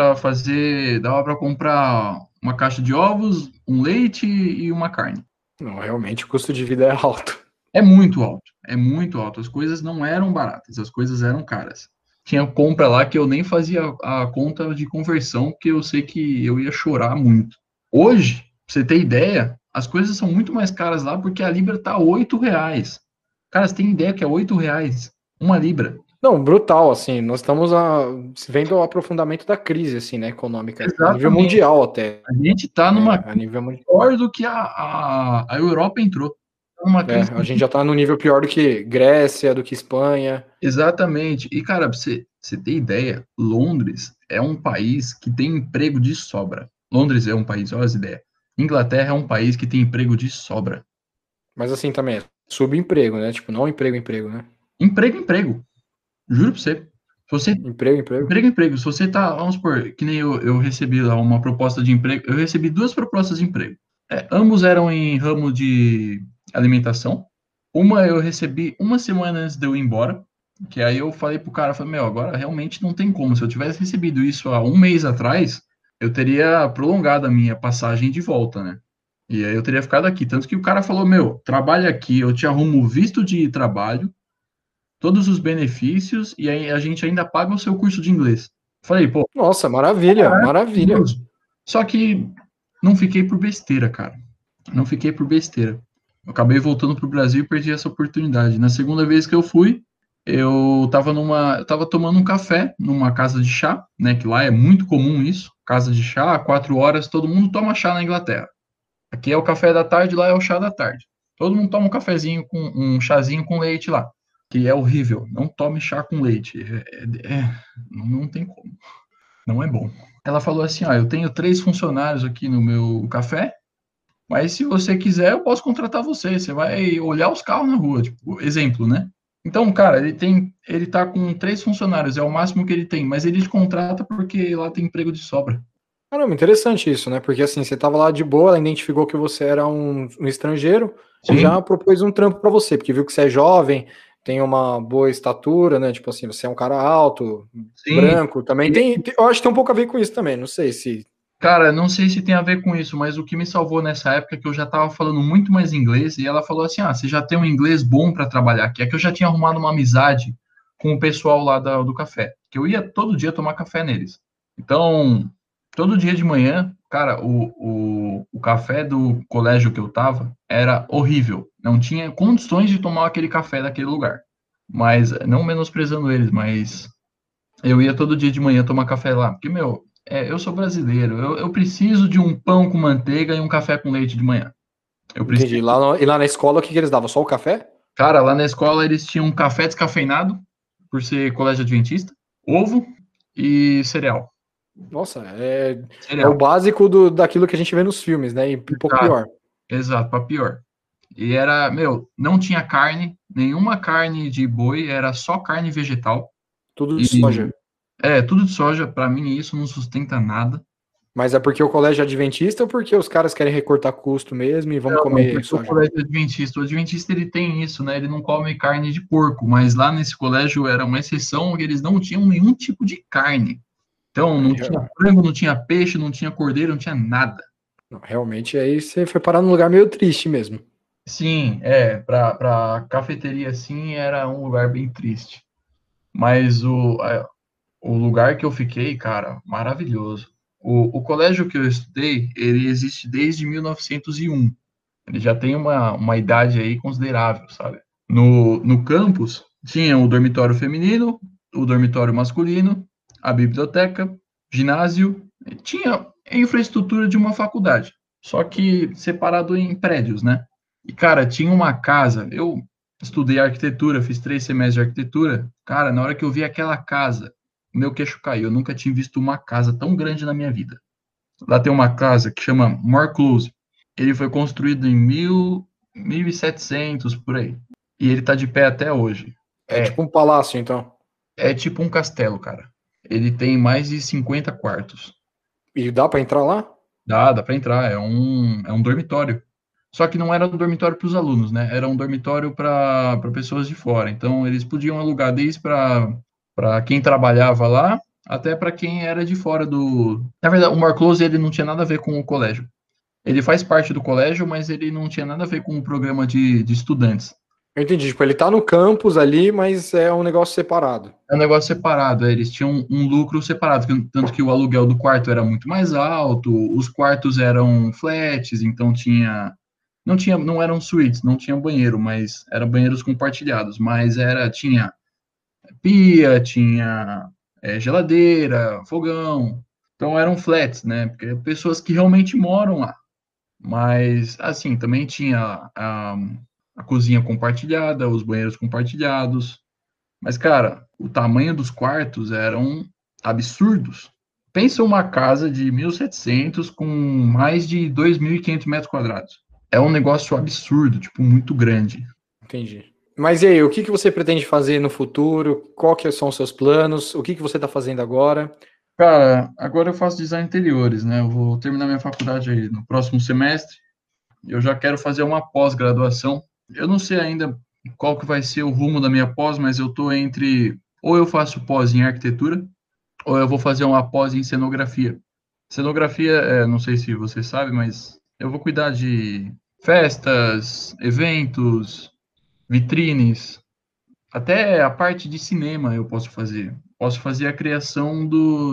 Speaker 2: dava para comprar uma caixa de ovos, um leite e uma carne.
Speaker 1: Não, realmente o custo de vida é alto.
Speaker 2: É muito alto, é muito alto. As coisas não eram baratas, as coisas eram caras. Tinha compra lá que eu nem fazia a conta de conversão, porque eu sei que eu ia chorar muito. Hoje, pra você ter ideia, as coisas são muito mais caras lá porque a libra tá R$ 8. Cara, você tem ideia que é R$ 8? Uma libra.
Speaker 1: Não, brutal, assim, nós estamos vendo o aprofundamento da crise, assim, né, econômica, a nível
Speaker 2: Exatamente.
Speaker 1: mundial até,
Speaker 2: A gente tá numa
Speaker 1: a nível mundial.
Speaker 2: pior do que a Europa entrou. Uma
Speaker 1: É,
Speaker 2: crise.
Speaker 1: a gente já está no nível pior do que Grécia, do que Espanha.
Speaker 2: Exatamente. E, cara, pra você ter ideia, Londres é um país que tem emprego de sobra. Londres é um país, olha as ideias. Inglaterra é um país que tem emprego de sobra.
Speaker 1: Mas assim também, é subemprego, né? Tipo, não emprego, né?
Speaker 2: Emprego, emprego. Juro pra você. Se você
Speaker 1: Emprego.
Speaker 2: emprego. Se você tá, vamos supor, que nem eu recebi lá uma proposta de emprego. Eu recebi duas propostas de emprego. Ambos eram em ramo de alimentação. Uma eu recebi uma semana antes de eu ir embora. Que aí eu falei pro cara, falei, meu, agora realmente não tem como. Se eu tivesse recebido isso há um mês atrás, eu teria prolongado a minha passagem de volta, né? E aí eu teria ficado aqui. Tanto que o cara falou, meu, trabalha aqui, eu te arrumo visto de trabalho, todos os benefícios, e aí a gente ainda paga o seu curso de inglês. Falei, pô,
Speaker 1: Nossa, maravilha, maravilha.
Speaker 2: maravilhoso. Só que não fiquei por besteira, cara. Não fiquei por besteira. Eu acabei voltando pro Brasil e perdi essa oportunidade. Na segunda vez que eu fui, eu tava tomando um café numa casa de chá, né? Que lá é muito comum isso. Casa de chá, 4 horas, todo mundo toma chá na Inglaterra. Aqui é o café da tarde, lá é o chá da tarde. Todo mundo toma um cafezinho com um chazinho com leite lá, que é horrível. Não tome chá com leite. Não tem como. Não é bom. Ela falou assim: ó, eu tenho 3 funcionários aqui no meu café, mas se você quiser, eu posso contratar você. Você vai olhar os carros na rua, tipo, exemplo, né? Então, cara, ele tá com 3 funcionários, é o máximo que ele tem, mas ele te contrata porque lá tem emprego de sobra.
Speaker 1: Caramba, interessante isso, né? Porque assim, você tava lá de boa, ela identificou que você era um estrangeiro e
Speaker 2: Sim,
Speaker 1: já propôs um trampo pra você, porque viu que você é jovem, tem uma boa estatura, né? Tipo assim, você é um cara alto,
Speaker 2: sim.
Speaker 1: branco, também eu acho que tem um pouco a ver com isso também, não sei se.
Speaker 2: Cara, não sei se tem a ver com isso, mas o que me salvou nessa época é que eu já estava falando muito mais inglês e ela falou assim: ah, você já tem um inglês bom para trabalhar aqui. É que eu já tinha arrumado uma amizade com o pessoal lá do café, que eu ia todo dia tomar café neles. Então, todo dia de manhã, cara, o café do colégio que eu tava era horrível. Não tinha condições de tomar aquele café daquele lugar. Mas, não menosprezando eles, mas eu ia todo dia de manhã tomar café lá, porque, meu, eu sou brasileiro, eu preciso de um pão com manteiga e um café com leite de manhã. Eu preciso.
Speaker 1: Entendi. E lá na escola, o que eles davam? Só o café?
Speaker 2: Cara, lá na escola eles tinham um café descafeinado, por ser colégio adventista, ovo e cereal.
Speaker 1: Nossa, é o
Speaker 2: Cereal.
Speaker 1: básico daquilo que a gente vê nos filmes, né? E um pouco
Speaker 2: Exato,
Speaker 1: pior.
Speaker 2: exato, para pior. E era, meu, não tinha carne, nenhuma carne de boi, era só carne vegetal.
Speaker 1: Tudo de
Speaker 2: E
Speaker 1: soja.
Speaker 2: tudo de soja, para mim isso não sustenta nada.
Speaker 1: Mas é porque o colégio é adventista ou porque os caras querem recortar custo mesmo e vamos
Speaker 2: Não, não,
Speaker 1: comer
Speaker 2: porque o
Speaker 1: soja?
Speaker 2: colégio adventista, o adventista ele tem isso, né? Ele não come carne de porco, mas lá nesse colégio era uma exceção que eles não tinham nenhum tipo de carne. Então não
Speaker 1: Aí,
Speaker 2: tinha frango, não tinha peixe, não tinha cordeiro, não tinha nada.
Speaker 1: não, realmente aí você foi parar num lugar meio triste mesmo.
Speaker 2: Sim, para cafeteria assim era um lugar bem triste. Mas o lugar que eu fiquei, cara, maravilhoso. O colégio que eu estudei, ele existe desde 1901. Ele já tem uma idade aí considerável, sabe? No campus, tinha o dormitório feminino, o dormitório masculino, a biblioteca, ginásio, tinha a infraestrutura de uma faculdade, só que separado em prédios, né? E, cara, tinha uma casa, eu estudei arquitetura, fiz 3 semestres de arquitetura, cara, na hora que eu vi aquela casa, meu queixo caiu, eu nunca tinha visto uma casa tão grande na minha vida. Lá tem uma casa que chama More Close. Ele foi construído em 1700 por aí. E ele tá de pé até hoje.
Speaker 1: É tipo
Speaker 2: É,
Speaker 1: um palácio, então.
Speaker 2: é tipo um castelo, cara. Ele tem mais de 50 quartos.
Speaker 1: E dá pra entrar lá?
Speaker 2: Dá para entrar, é um dormitório. Só que não era um dormitório para os alunos, né? Era um dormitório para pessoas de fora. Então eles podiam alugar desde para quem trabalhava lá, até para quem era de fora do. Na verdade, o More Close ele não tinha nada a ver com o colégio. Ele faz parte do colégio, mas ele não tinha nada a ver com o programa de estudantes.
Speaker 1: Eu entendi. Tipo, ele tá no campus ali, mas é um negócio separado.
Speaker 2: É um negócio separado, eles tinham um lucro separado, tanto que o aluguel do quarto era muito mais alto, os quartos eram flats, então não eram suítes, não tinha banheiro, mas eram banheiros compartilhados, mas tinha pia, tinha geladeira, fogão, então eram flats, né? Porque pessoas que realmente moram lá. Mas, assim, também tinha a cozinha compartilhada, os banheiros compartilhados. Mas, cara, o tamanho dos quartos eram absurdos. Pensa uma casa de 1700 com mais de 2.500 metros quadrados. É um negócio absurdo, tipo, muito grande.
Speaker 1: Entendi. Mas e aí, o que que você pretende fazer no futuro? Qual que são os seus planos? O que que você tá fazendo agora?
Speaker 2: Cara, agora eu faço design interiores, né? Eu vou terminar minha faculdade aí no próximo semestre. Eu já quero fazer uma pós-graduação. Eu não sei ainda qual que vai ser o rumo da minha pós, mas eu tô entre ou eu faço pós em arquitetura ou eu vou fazer uma pós em cenografia. Cenografia, não sei se você sabe, mas eu vou cuidar de festas, eventos, vitrines, até a parte de cinema eu posso fazer. Posso fazer a criação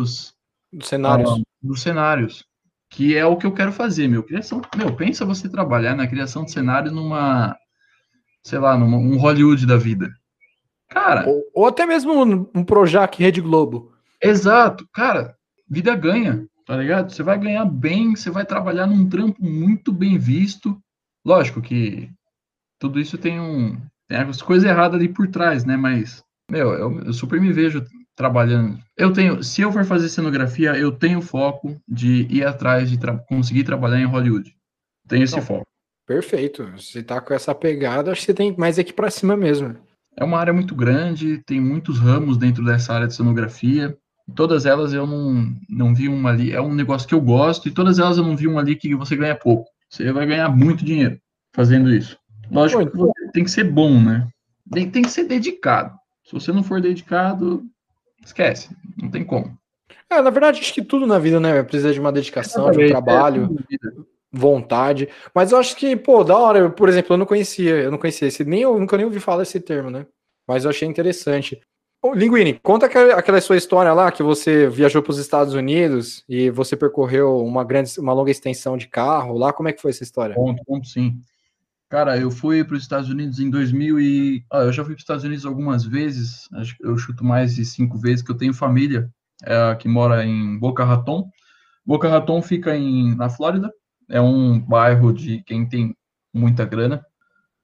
Speaker 1: Dos
Speaker 2: ah,
Speaker 1: cenários?
Speaker 2: dos cenários, que é o que eu quero fazer, meu. Criação, meu, pensa você trabalhar na criação de cenário numa, sei lá, um Hollywood da vida. Cara,
Speaker 1: Ou até mesmo um Projac Rede Globo.
Speaker 2: exato, cara, vida ganha, tá ligado? Você vai ganhar bem, você vai trabalhar num trampo muito bem visto. Lógico que tudo isso tem as coisas erradas ali por trás, né? Mas, meu, eu super me vejo trabalhando. Se eu for fazer cenografia, eu tenho foco de ir atrás de conseguir trabalhar em Hollywood. Tenho esse
Speaker 1: Não,
Speaker 2: foco.
Speaker 1: perfeito. Você tá com essa pegada, acho que você tem mais aqui pra cima mesmo.
Speaker 2: É uma área muito grande, tem muitos ramos dentro dessa área de cenografia. Todas elas eu não vi uma ali. É um negócio que eu gosto, e todas elas eu não vi uma ali que você ganha pouco. Você vai ganhar muito dinheiro fazendo isso.
Speaker 1: Pô,
Speaker 2: Lógico que você tem que ser bom, né? Tem que ser dedicado. Se você não for dedicado, esquece. Não tem como.
Speaker 1: na verdade, acho que tudo na vida, né? Precisa de uma dedicação, de um
Speaker 2: Exatamente. É
Speaker 1: trabalho,
Speaker 2: tudo na vida.
Speaker 1: vontade. Mas eu acho que, pô, da hora. Por exemplo, eu não conhecia esse, eu nunca nem ouvi falar esse termo, né? Mas eu achei interessante. Ô, Linguini, conta aquela sua história lá que você viajou para os Estados Unidos e você percorreu uma longa extensão de carro lá. Como é que foi essa história?
Speaker 2: Ponto, sim. Cara, eu fui para os Estados Unidos em 2000 eu já fui para os Estados Unidos algumas vezes, acho que eu chuto mais de 5 vezes, que eu tenho família que mora em Boca Raton. Boca Raton fica na Flórida, é um bairro de quem tem muita grana.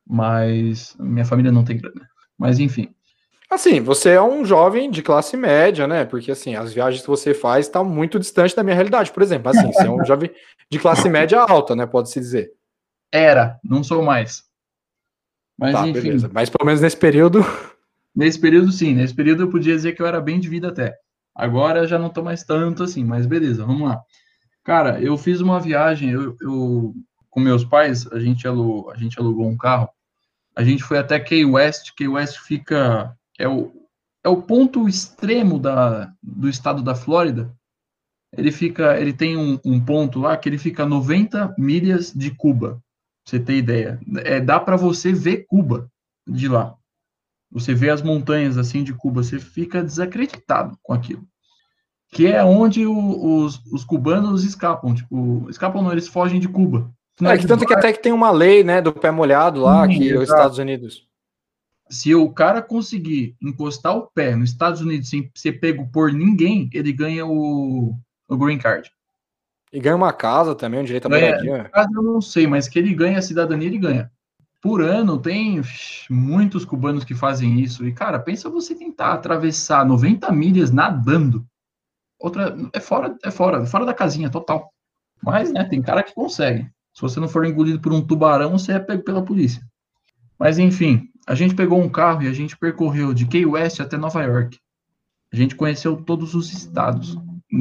Speaker 2: mas minha família não tem grana. Mas enfim.
Speaker 1: Assim, você é um jovem de classe média, né? Porque assim, as viagens que você faz estão muito distante da minha realidade, por exemplo. Assim, você é um jovem de classe média alta, né? Pode-se dizer.
Speaker 2: Era, não sou mais. Mas
Speaker 1: Tá,
Speaker 2: enfim,
Speaker 1: beleza. Mas pelo menos nesse período.
Speaker 2: nesse período sim, nesse período eu podia dizer que eu era bem de vida até. Agora eu já não tô mais tanto assim, mas beleza, vamos lá. Cara, eu fiz uma viagem, com meus pais, a gente alugou um carro, a gente foi até Key West. Key West fica, é o ponto extremo do estado da Flórida. Ele tem um ponto lá que ele fica a 90 milhas de Cuba, pra você ter ideia. Dá para você ver Cuba de lá. Você vê as montanhas assim de Cuba, você fica desacreditado com aquilo. Que é onde os cubanos escapam, tipo, escapam não, eles fogem de Cuba. Não
Speaker 1: É
Speaker 2: é
Speaker 1: que
Speaker 2: de
Speaker 1: tanto que até que tem uma lei, né, do pé molhado lá,
Speaker 2: Sim,
Speaker 1: que os
Speaker 2: exato.
Speaker 1: Estados Unidos.
Speaker 2: Se o cara conseguir encostar o pé nos Estados Unidos sem ser pego por ninguém, ele ganha o green card.
Speaker 1: E ganha uma casa também, um direito à
Speaker 2: Ganha,
Speaker 1: moradia.
Speaker 2: caso eu não sei, mas que ele ganha a cidadania, ele ganha. Por ano, tem muitos cubanos que fazem isso. E, cara, pensa você tentar atravessar 90 milhas nadando. Outra, fora da casinha, total. Mas, né, tem cara que consegue. Se você não for engolido por um tubarão, você é pego pela polícia. Mas, enfim, a gente pegou um carro e a gente percorreu de Key West até Nova York. A gente conheceu todos os estados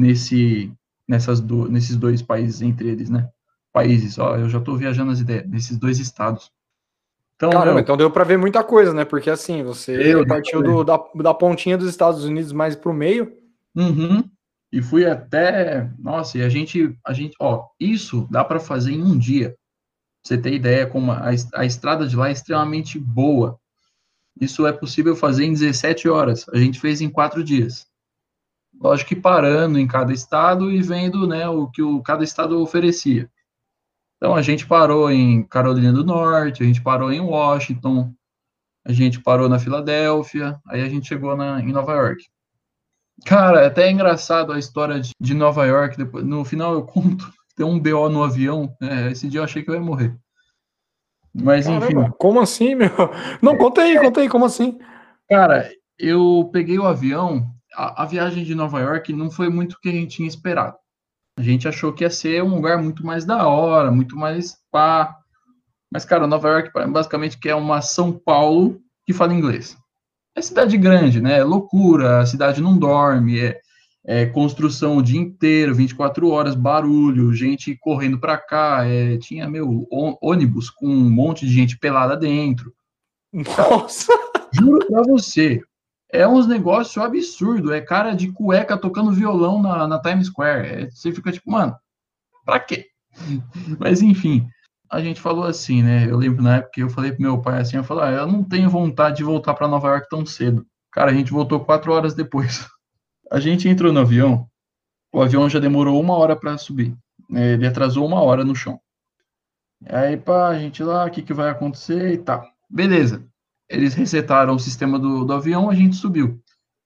Speaker 2: nesses dois países entre eles, né? Países, ó, eu já tô viajando as ideias, nesses dois estados. Então,
Speaker 1: Caramba,
Speaker 2: meu,
Speaker 1: então deu pra ver muita coisa, né? Porque assim, você
Speaker 2: eu,
Speaker 1: partiu da pontinha dos Estados Unidos mais pro meio.
Speaker 2: uhum, e fui até, nossa, e ó, isso dá para fazer em um dia. Pra você ter ideia como a estrada de lá é extremamente boa. Isso é possível fazer em 17 horas. A gente fez em 4 dias. Lógico que parando em cada estado e vendo, né, o que cada estado oferecia. Então a gente parou em Carolina do Norte, a gente parou em Washington, a gente parou na Filadélfia, aí a gente chegou em Nova York. Cara, é até engraçado a história de Nova York. Depois, no final eu conto, tem um BO no avião. Esse dia eu achei que eu ia morrer. Mas enfim,
Speaker 1: Caramba, como assim, meu? Não, conta aí, como assim?
Speaker 2: cara, eu peguei o avião. A viagem de Nova York não foi muito o que a gente tinha esperado. A gente achou que ia ser um lugar muito mais da hora, muito mais pá. Mas, cara, Nova York basicamente que é uma São Paulo que fala inglês. É cidade grande, né? É loucura, a cidade não dorme, é construção o dia inteiro, 24 horas, barulho, gente correndo para cá, tinha, meu, ônibus com um monte de gente pelada dentro.
Speaker 1: Nossa!
Speaker 2: Juro pra você, é uns negócios absurdo, é cara de cueca tocando violão na Times Square. Você fica tipo, mano, pra quê? Mas enfim, a gente falou assim, né? Eu lembro na época que eu falei pro meu pai assim, eu falei, eu não tenho vontade de voltar para Nova York tão cedo. Cara, a gente voltou 4 horas depois. A gente entrou no avião, o avião já demorou 1 hora para subir. Ele atrasou 1 hora no chão. Aí, pá, a gente lá, o que vai acontecer e tal. Beleza. Eles resetaram o sistema do avião, a gente subiu.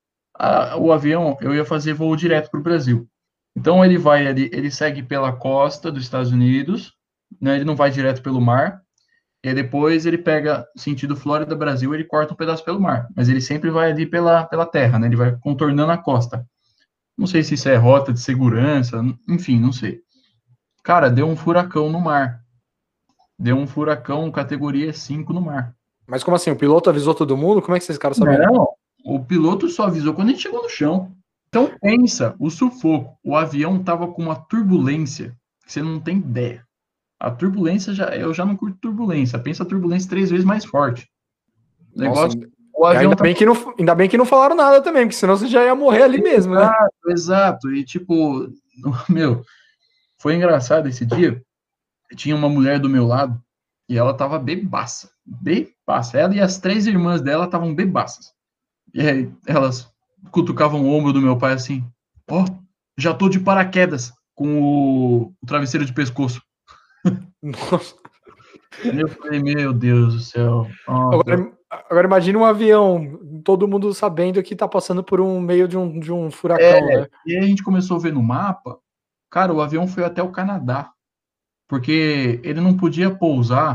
Speaker 2: O avião, eu ia fazer voo direto para o Brasil. Então ele vai ali, ele segue pela costa dos Estados Unidos, né? Ele não vai direto pelo mar. E aí depois ele pega sentido Flórida, Brasil, ele corta um pedaço pelo mar. Mas ele sempre vai ali pela terra, né? Ele vai contornando a costa. Não sei se isso é rota de segurança, enfim, não sei. Cara, deu um furacão no mar. Deu um furacão categoria 5 no mar.
Speaker 1: Mas como assim? O piloto avisou todo mundo? Como é que vocês ficaram sabendo?
Speaker 2: Não, o piloto só avisou quando a gente chegou no chão. Então pensa, o sufoco. O avião tava com uma turbulência que você não tem ideia. A turbulência, eu já não curto turbulência. Pensa a turbulência 3 vezes mais forte. O
Speaker 1: Nossa,
Speaker 2: negócio, o
Speaker 1: e
Speaker 2: avião tava...
Speaker 1: ainda bem que não falaram nada também, porque senão você já ia morrer ali mesmo, né?
Speaker 2: Exato, exato. E tipo, meu, foi engraçado esse dia. Tinha uma mulher do meu lado e ela tava bebaça. Bebaça. Ela e as 3 irmãs dela estavam bebaças. E aí elas cutucavam o ombro do meu pai assim: ó, oh, já tô de paraquedas com o travesseiro de pescoço.
Speaker 1: Nossa.
Speaker 2: Eu falei, meu Deus do céu. Nossa.
Speaker 1: Agora imagine um avião, todo mundo sabendo que tá passando por um meio de um furacão, né?
Speaker 2: E aí a gente começou a ver no mapa, cara, o avião foi até o Canadá, porque ele não podia pousar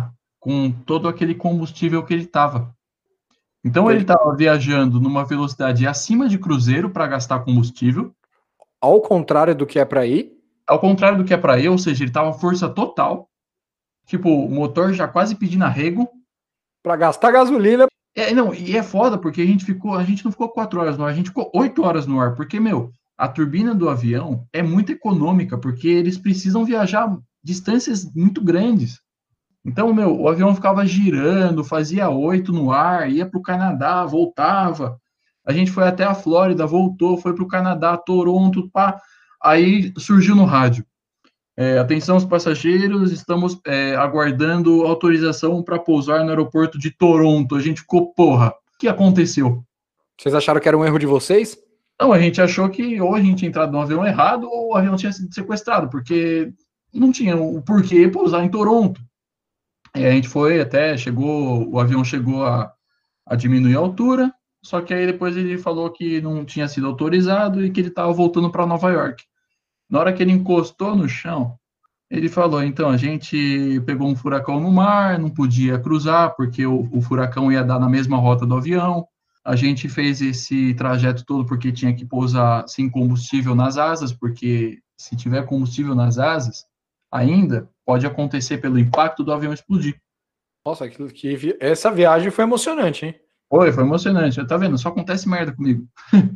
Speaker 2: com todo aquele combustível que ele estava. Então ele
Speaker 1: Entendi.
Speaker 2: estava viajando numa velocidade acima de cruzeiro para gastar combustível,
Speaker 1: Ao contrário do que é para ir,
Speaker 2: ao contrário do que é para eu, ou seja, ele estava força total, tipo, o motor já quase pedindo arrego.
Speaker 1: para gastar gasolina.
Speaker 2: Não, e é foda porque a gente não ficou 4 horas no ar, a gente ficou 8 horas no ar, porque, meu, a turbina do avião é muito econômica, porque eles precisam viajar distâncias muito grandes. Então, meu, o avião ficava girando, fazia 8 no ar, ia para o Canadá, voltava. A gente foi até a Flórida, voltou, foi para o Canadá, Toronto, pá. Aí surgiu no rádio. Atenção aos passageiros, estamos aguardando autorização para pousar no aeroporto de Toronto. A gente ficou, porra, o que aconteceu?
Speaker 1: Vocês acharam que era um erro de vocês?
Speaker 2: Não, a gente achou que ou a gente tinha entrado no avião errado ou o avião tinha sido sequestrado, porque não tinha o porquê pousar em Toronto. A gente foi até, o avião chegou a diminuir a altura, só que aí depois ele falou que não tinha sido autorizado e que ele estava voltando para Nova York. Na hora que ele encostou no chão, ele falou, então, a gente pegou um furacão no mar, não podia cruzar, porque o furacão ia dar na mesma rota do avião. A gente fez esse trajeto todo porque tinha que pousar sem combustível nas asas, porque se tiver combustível nas asas, ainda pode acontecer pelo impacto do avião explodir.
Speaker 1: Nossa, essa viagem foi emocionante, hein?
Speaker 2: Foi emocionante. Tá vendo? Só acontece merda comigo.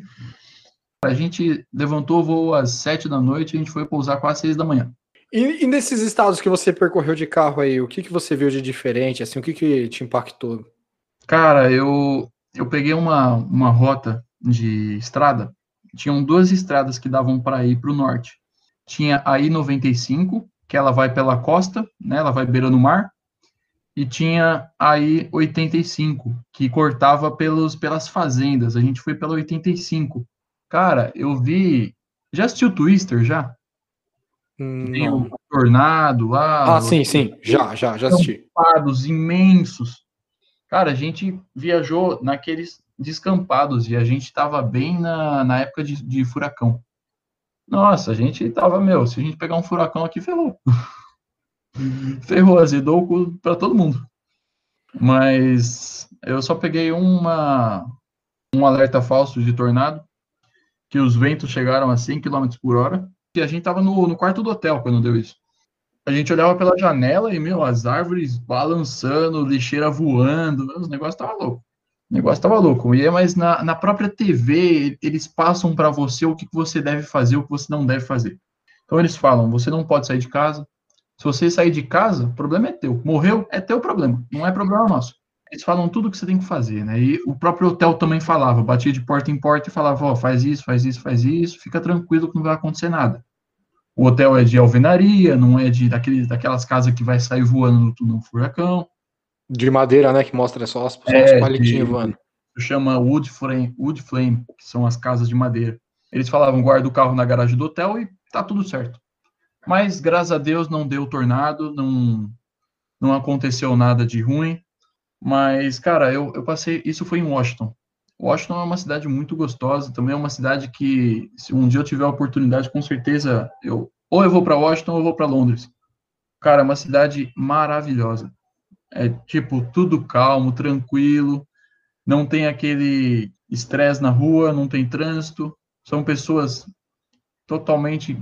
Speaker 2: A gente levantou o voo às 7 da noite e a gente foi pousar quase 6 da manhã.
Speaker 1: E nesses estados que você percorreu de carro aí, o que você viu de diferente? Assim, o que te impactou?
Speaker 2: Cara, eu peguei uma rota de estrada. Tinham duas estradas que davam para ir para o norte. Tinha a I-95, que ela vai pela costa, né? Ela vai beirando o mar. E tinha a I-85, que cortava pelas fazendas. A gente foi pela 85. Cara, eu vi. Já assistiu Twister já? Que tem um
Speaker 1: Não.
Speaker 2: tornado lá,
Speaker 1: Ah, sim, já assisti.
Speaker 2: descampados imensos. Cara, a gente viajou naqueles descampados e a gente estava bem na época de furacão. Nossa, a gente tava, meu, se a gente pegar um furacão aqui, ferrou. Ferrou, azedou para todo mundo. Mas eu só peguei um alerta falso de tornado, que os ventos chegaram a 100 km por hora, e a gente tava no quarto do hotel quando deu isso. A gente olhava pela janela e, meu, as árvores balançando, lixeira voando, os negócios tava louco. O negócio tava louco. Mas na própria TV, eles passam para você o que você deve fazer, o que você não deve fazer. Então eles falam, você não pode sair de casa. Se você sair de casa, o problema é teu. Morreu, é teu problema, não é problema nosso. Eles falam tudo o que você tem que fazer, né? E o próprio hotel também falava, batia de porta em porta e falava, ó, faz isso, faz isso, faz isso, fica tranquilo que não vai acontecer nada. O hotel é de alvenaria, não é daquelas casas que vai sair voando no furacão.
Speaker 1: De madeira, né? Que mostra só os palitinhos voando.
Speaker 2: Chama wood flame, que são as casas de madeira. Eles falavam, guarda o carro na garagem do hotel e tá tudo certo. Mas, graças a Deus, não deu tornado, não aconteceu nada de ruim. Mas, cara, eu passei... Isso foi em Washington. Washington é uma cidade muito gostosa, também é uma cidade que, se um dia eu tiver a oportunidade, com certeza, ou eu vou para Washington ou eu vou para Londres. Cara, é uma cidade maravilhosa. É, tipo, tudo calmo, tranquilo, não tem aquele estresse na rua, não tem trânsito, são pessoas totalmente,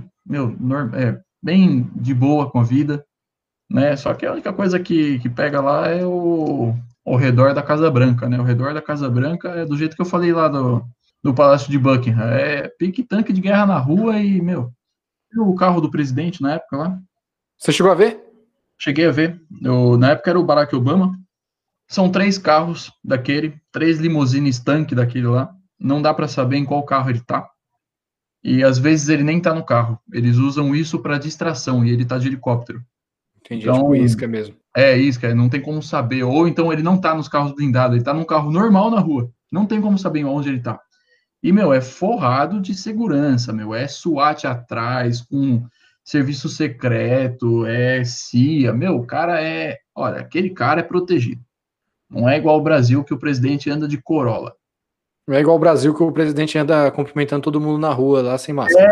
Speaker 2: bem de boa com a vida, né? Só que a única coisa que pega lá é ao redor da Casa Branca, né? O redor da Casa Branca é do jeito que eu falei lá do Palácio de Buckingham, é pique tanque de guerra na rua e, meu, o carro do presidente na época lá.
Speaker 1: Você chegou a ver?
Speaker 2: Cheguei a ver, na época era o Barack Obama. São 3 carros daquele, 3 limusines tanque daquele lá. Não dá para saber em qual carro ele tá. E às vezes ele nem tá no carro. Eles usam isso para distração e ele tá de helicóptero.
Speaker 1: Entendi,
Speaker 2: Então,
Speaker 1: tipo isca mesmo.
Speaker 2: é isca, não tem como saber. Ou então ele não tá nos carros blindados, ele tá num carro normal na rua. Não tem como saber onde ele tá. E, meu, é forrado de segurança, meu. É SWAT atrás, com serviço secreto, é CIA. Meu, o cara é... Olha, aquele cara é protegido. Não é igual ao Brasil, que o presidente anda de Corolla.
Speaker 1: Não é igual o Brasil, que o presidente anda cumprimentando todo mundo na rua, lá sem máscara.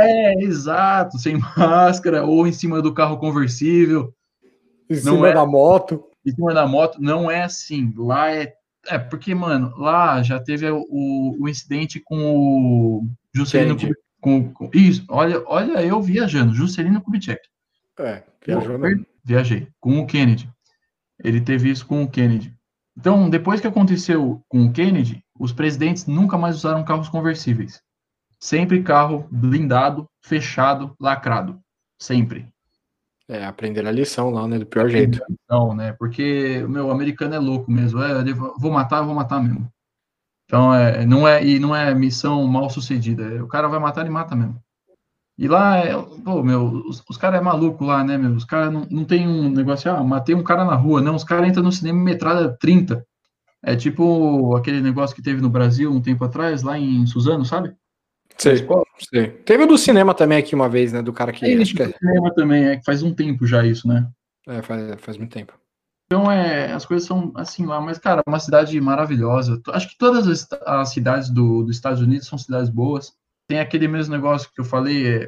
Speaker 2: Exato, sem máscara, ou em cima do carro conversível.
Speaker 1: Em
Speaker 2: Não
Speaker 1: cima
Speaker 2: é,
Speaker 1: da moto.
Speaker 2: em cima da moto, não é assim. Lá é porque, mano, lá já teve o incidente com o Juscelino
Speaker 1: Kennedy.
Speaker 2: Kubitschek. Isso, olha eu viajando, Juscelino Kubitschek.
Speaker 1: Viajou mesmo.
Speaker 2: Viajei, com o Kennedy. Ele teve isso com o Kennedy. Então, depois que aconteceu com o Kennedy, os presidentes nunca mais usaram carros conversíveis. Sempre carro blindado, fechado, lacrado. Sempre.
Speaker 1: Aprender a lição lá, né? Do pior jeito.
Speaker 2: Não, né? Porque o meu americano é louco mesmo. Vou matar, eu vou matar mesmo. Então, não é missão mal sucedida. O cara vai matar, ele mata mesmo. E lá, pô, meu, os caras é maluco lá, né, meu? Os caras não tem um negócio, matei um cara na rua. Não, os caras entram no cinema e metralha 30. É tipo aquele negócio que teve no Brasil um tempo atrás, lá em Suzano, sabe?
Speaker 1: Sei. Teve o do cinema também aqui uma vez, né? Do cara que. Acho que
Speaker 2: cinema também, que faz um tempo já isso, né?
Speaker 1: faz muito tempo.
Speaker 2: Então, as coisas são assim lá, mas, cara, uma cidade maravilhosa. Acho que todas as cidades dos Estados Unidos são cidades boas. Tem aquele mesmo negócio que eu falei,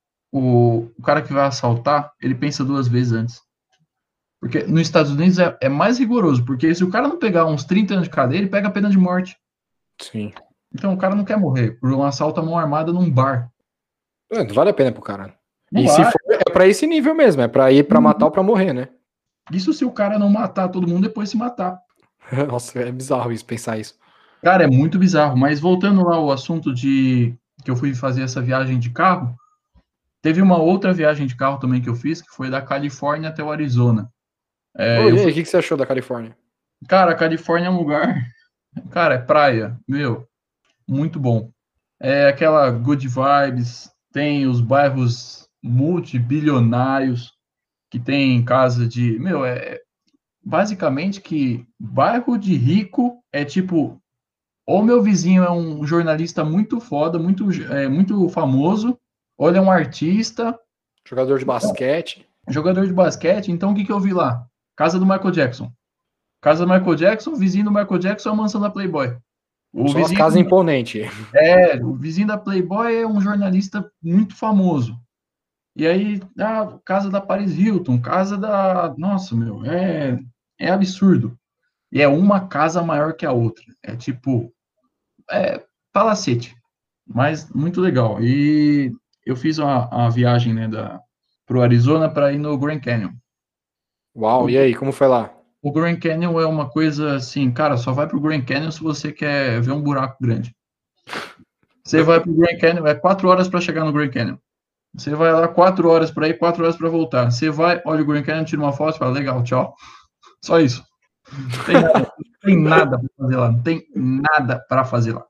Speaker 2: o cara que vai assaltar, ele pensa duas vezes antes. Porque nos Estados Unidos é mais rigoroso, porque se o cara não pegar uns 30 anos de cadeia, ele pega a pena de morte.
Speaker 1: Sim.
Speaker 2: Então o cara não quer morrer por um assalto à mão armada num bar.
Speaker 1: Não vale a pena pro cara.
Speaker 2: Não
Speaker 1: e
Speaker 2: vai.
Speaker 1: se for, é pra esse nível mesmo, é pra ir pra matar ou pra morrer, né?
Speaker 2: Isso se o cara não matar todo mundo, depois se matar.
Speaker 1: Nossa, é bizarro isso, pensar isso.
Speaker 2: Cara, é muito bizarro. Mas voltando lá ao assunto de que eu fui fazer essa viagem de carro, teve uma outra viagem de carro também que eu fiz, que foi da Califórnia até o Arizona.
Speaker 1: E aí, o que você achou da Califórnia?
Speaker 2: Cara, a Califórnia é um lugar... Cara, é praia, meu, muito bom. É aquela good vibes, tem os bairros multibilionários, que tem casa de... Meu, basicamente que bairro de rico é tipo... Ou meu vizinho é um jornalista muito foda, muito famoso, ou ele é um artista,
Speaker 1: Jogador de basquete.
Speaker 2: jogador de basquete. Então, o que eu vi lá? Casa do Michael Jackson. Casa do Michael Jackson, vizinho do Michael Jackson é a mansão da Playboy.
Speaker 1: Só as casas imponentes.
Speaker 2: O vizinho da Playboy é um jornalista muito famoso. E aí, casa da Paris Hilton, casa da... Nossa, meu, é absurdo. E é uma casa maior que a outra. É tipo... palacete. Mas muito legal. E eu fiz a viagem, né, pro Arizona para ir no Grand Canyon.
Speaker 1: Uau, e aí, como foi lá?
Speaker 2: O Grand Canyon é uma coisa assim, cara, só vai pro Grand Canyon se você quer ver um buraco grande. Você vai pro Grand Canyon, 4 horas para chegar no Grand Canyon. Você vai lá 4 horas para ir, 4 horas para voltar. Você vai, olha o Grand Canyon, tira uma foto e fala, legal, tchau. Só isso. Não tem nada para fazer lá. Não tem nada para fazer lá.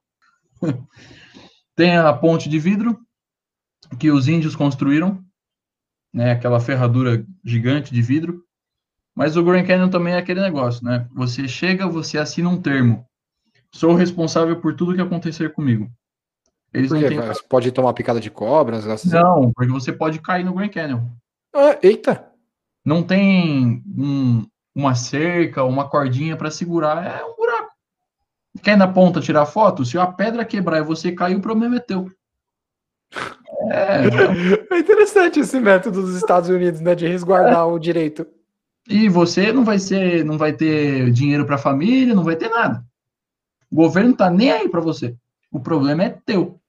Speaker 2: Tem a ponte de vidro que os índios construíram, né? Aquela ferradura gigante de vidro. Mas o Grand Canyon também é aquele negócio, né? Você chega, você assina um termo. Sou responsável por tudo que acontecer comigo. Eles
Speaker 1: Por
Speaker 2: não
Speaker 1: quê?
Speaker 2: têm...
Speaker 1: Você pode tomar picada de cobras?
Speaker 2: Não, porque você pode cair no Grand Canyon.
Speaker 1: Eita!
Speaker 2: Não tem uma cerca, uma cordinha para segurar. É um buraco. Quer ir na ponta tirar foto? Se a pedra quebrar e você cair, o problema é teu.
Speaker 1: É interessante esse método dos Estados Unidos, né? De resguardar o direito.
Speaker 2: E você não vai ter dinheiro para a família, não vai ter nada. O governo tá nem aí para você. O problema é teu.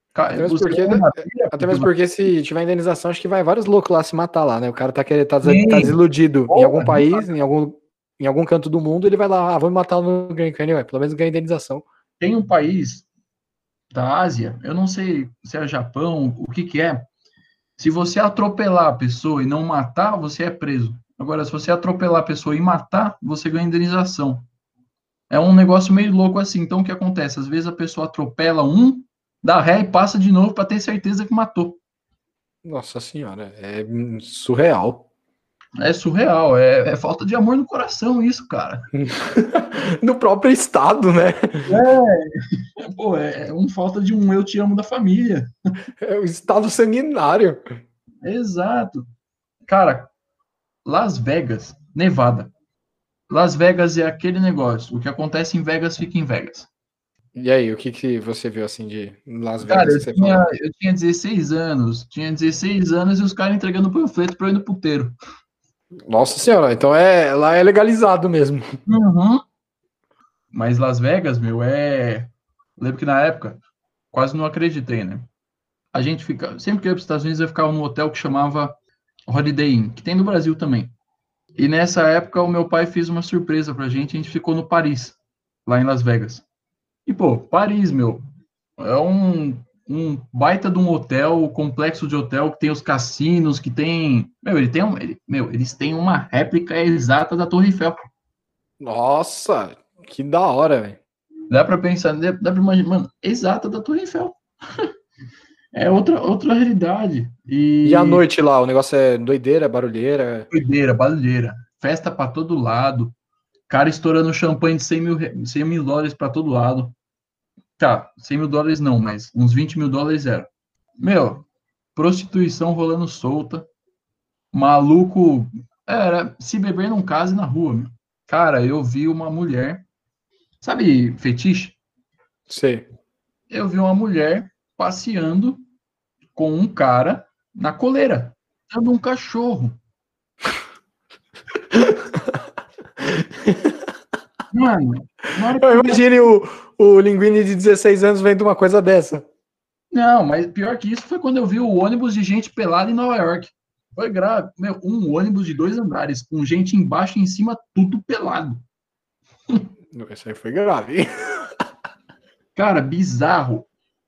Speaker 1: Até mesmo porque se tiver indenização, acho que vai vários loucos lá se matar lá, né? O cara tá desiludido em algum país, em algum canto do mundo, ele vai lá, vou me matar no Grand Canyon, pelo menos ganha indenização.
Speaker 2: Tem um país da Ásia, eu não sei se é Japão, o que é. Se você atropelar a pessoa e não matar, você é preso. Agora, se você atropelar a pessoa e matar, você ganha indenização. É um negócio meio louco assim. Então, o que acontece? Às vezes a pessoa atropela dá ré e passa de novo para ter certeza que matou.
Speaker 1: Nossa senhora, é surreal.
Speaker 2: É surreal, é falta de amor no coração isso, cara.
Speaker 1: No próprio estado, né?
Speaker 2: É uma falta de eu te amo da família.
Speaker 1: É o estado sanguinário.
Speaker 2: Exato. Cara, Las Vegas, Nevada. Las Vegas é aquele negócio. O que acontece em Vegas fica em Vegas.
Speaker 1: E aí, o que você viu assim de Las Vegas?
Speaker 2: Cara, eu tinha 16 anos. Tinha 16 anos e os caras entregando panfleto para eu ir no puteiro.
Speaker 1: Nossa senhora, então lá é legalizado mesmo.
Speaker 2: Uhum. Mas Las Vegas, meu, lembro que na época quase não acreditei, né? A gente fica, sempre que eu ia para os Estados Unidos, eu ficava num hotel que chamava Holiday Inn, que tem no Brasil também. E nessa época o meu pai fez uma surpresa pra gente, a gente ficou no Paris, lá em Las Vegas. E pô, Paris, meu, é um baita de um hotel, um complexo de hotel que tem os cassinos, que tem, meu, eles têm uma réplica exata da Torre Eiffel.
Speaker 1: Nossa, que da hora, velho.
Speaker 2: Dá pra pensar, dá pra imaginar, mano, exata da Torre Eiffel. É outra realidade.
Speaker 1: E à
Speaker 2: E
Speaker 1: noite lá, o negócio é doideira, barulheira.
Speaker 2: doideira, barulheira, festa pra todo lado, cara estourando champanhe de 100 mil dólares pra todo lado. Tá, 100 mil dólares não, mas uns 20 mil dólares era. Meu, prostituição rolando solta, maluco, era se beber num case na rua, meu. Cara, eu vi uma mulher, sabe, fetiche?
Speaker 1: Sei.
Speaker 2: Eu vi uma mulher passeando com um cara na coleira, dando um cachorro. Mano, na hora que
Speaker 1: Eu imagine o Linguini de 16 anos vendo uma coisa dessa.
Speaker 2: Não, mas pior que isso foi quando eu vi o ônibus de gente pelada em Nova York. Foi grave. Meu, um ônibus de 2 andares, com gente embaixo e em cima, tudo pelado.
Speaker 1: Isso aí foi grave.
Speaker 2: Cara, bizarro.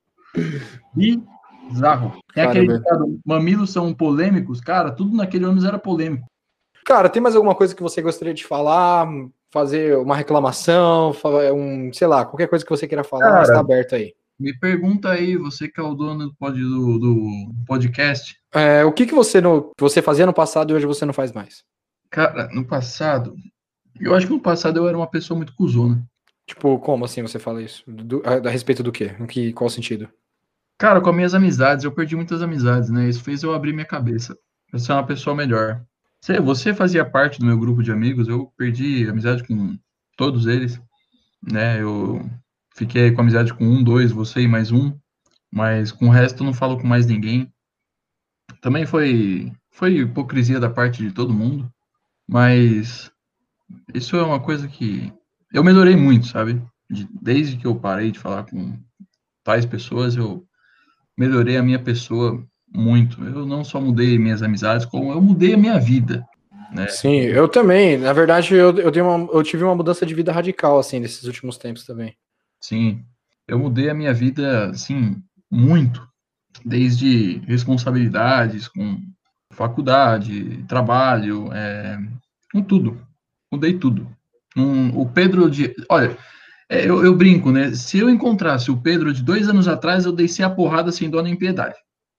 Speaker 2: Bizarro. Tem aquele
Speaker 1: Caramba.
Speaker 2: ditado, mamilos são polêmicos. Cara, tudo naquele ônibus era polêmico.
Speaker 1: Cara, tem mais alguma coisa que você gostaria de falar? Fazer uma reclamação? Sei lá, qualquer coisa que você queira falar, está
Speaker 2: Cara,
Speaker 1: aberto aí.
Speaker 2: me pergunta aí, você que é o dono do podcast.
Speaker 1: O que você fazia no passado e hoje você não faz mais?
Speaker 2: Cara, no passado, eu acho que no passado eu era uma pessoa muito cuzona.
Speaker 1: Tipo, como assim você fala isso? A respeito do quê? Qual sentido?
Speaker 2: Cara, com as minhas amizades, eu perdi muitas amizades, né? Isso fez eu abrir minha cabeça. Eu ser uma pessoa melhor. Você fazia parte do meu grupo de amigos, eu perdi amizade com todos eles, né? Eu fiquei com amizade com um, dois, você e mais um, mas com o resto eu não falo com mais ninguém. Também foi hipocrisia da parte de todo mundo, mas isso é uma coisa que eu melhorei muito, sabe? Desde que eu parei de falar com tais pessoas, eu melhorei a minha pessoa muito. Eu não só mudei minhas amizades, como eu mudei a minha vida, né?
Speaker 1: Sim, eu também. Na verdade, eu tive uma mudança de vida radical, assim, nesses últimos tempos também.
Speaker 2: Sim, eu mudei a minha vida, assim, muito, desde responsabilidades com faculdade, trabalho, com tudo. Mudei tudo. O Pedro de. Olha, eu brinco, né? Se eu encontrasse o Pedro de 2 anos atrás, eu desci a porrada sem dó nem piedade.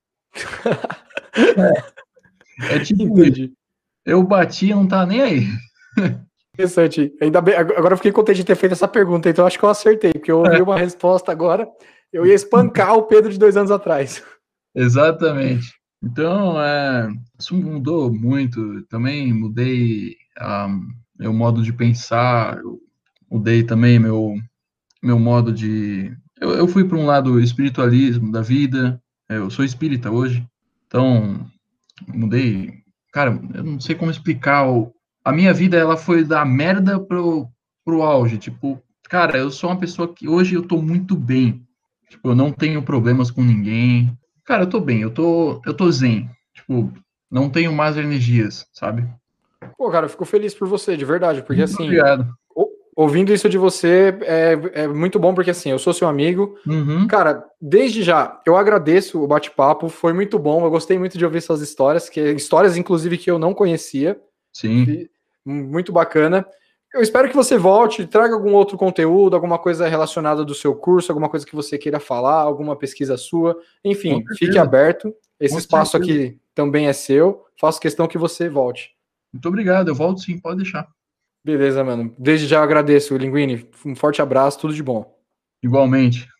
Speaker 2: É tipo isso.
Speaker 1: Entendi.
Speaker 2: Eu bati e não tá nem aí.
Speaker 1: Interessante. Ainda bem, agora eu fiquei contente de ter feito essa pergunta, então acho que eu acertei, porque eu ouvi uma resposta agora. Eu ia espancar o Pedro de 2 anos atrás.
Speaker 2: Exatamente. Então, isso mudou muito. Também mudei meu modo de pensar, eu mudei também meu modo de. Eu fui para um lado espiritualismo da vida, eu sou espírita hoje, então mudei. Cara, eu não sei como explicar. A minha vida ela foi da merda pro auge. Tipo, cara, eu sou uma pessoa que hoje eu tô muito bem. Tipo, eu não tenho problemas com ninguém. Cara, eu tô bem, eu tô zen. Tipo, não tenho más energias, sabe?
Speaker 1: Pô, cara, eu fico feliz por você, de verdade, porque
Speaker 2: Muito
Speaker 1: assim,
Speaker 2: obrigado.
Speaker 1: ouvindo isso de você é muito bom, porque assim, eu sou seu amigo.
Speaker 2: Uhum,
Speaker 1: Cara, desde já, eu agradeço o bate-papo, foi muito bom, eu gostei muito de ouvir suas histórias, histórias, inclusive, que eu não conhecia.
Speaker 2: sim.
Speaker 1: Muito bacana. Eu espero que você volte, traga algum outro conteúdo, alguma coisa relacionada do seu curso, alguma coisa que você queira falar, alguma pesquisa sua.
Speaker 2: Com
Speaker 1: Enfim, fique
Speaker 2: certeza,
Speaker 1: aberto. Esse
Speaker 2: com
Speaker 1: espaço
Speaker 2: certeza.
Speaker 1: aqui também é seu. Faço questão que você volte.
Speaker 2: Muito obrigado, eu volto sim, pode deixar.
Speaker 1: Beleza, mano. Desde já eu agradeço, Linguini. Um forte abraço, tudo de bom.
Speaker 2: Igualmente.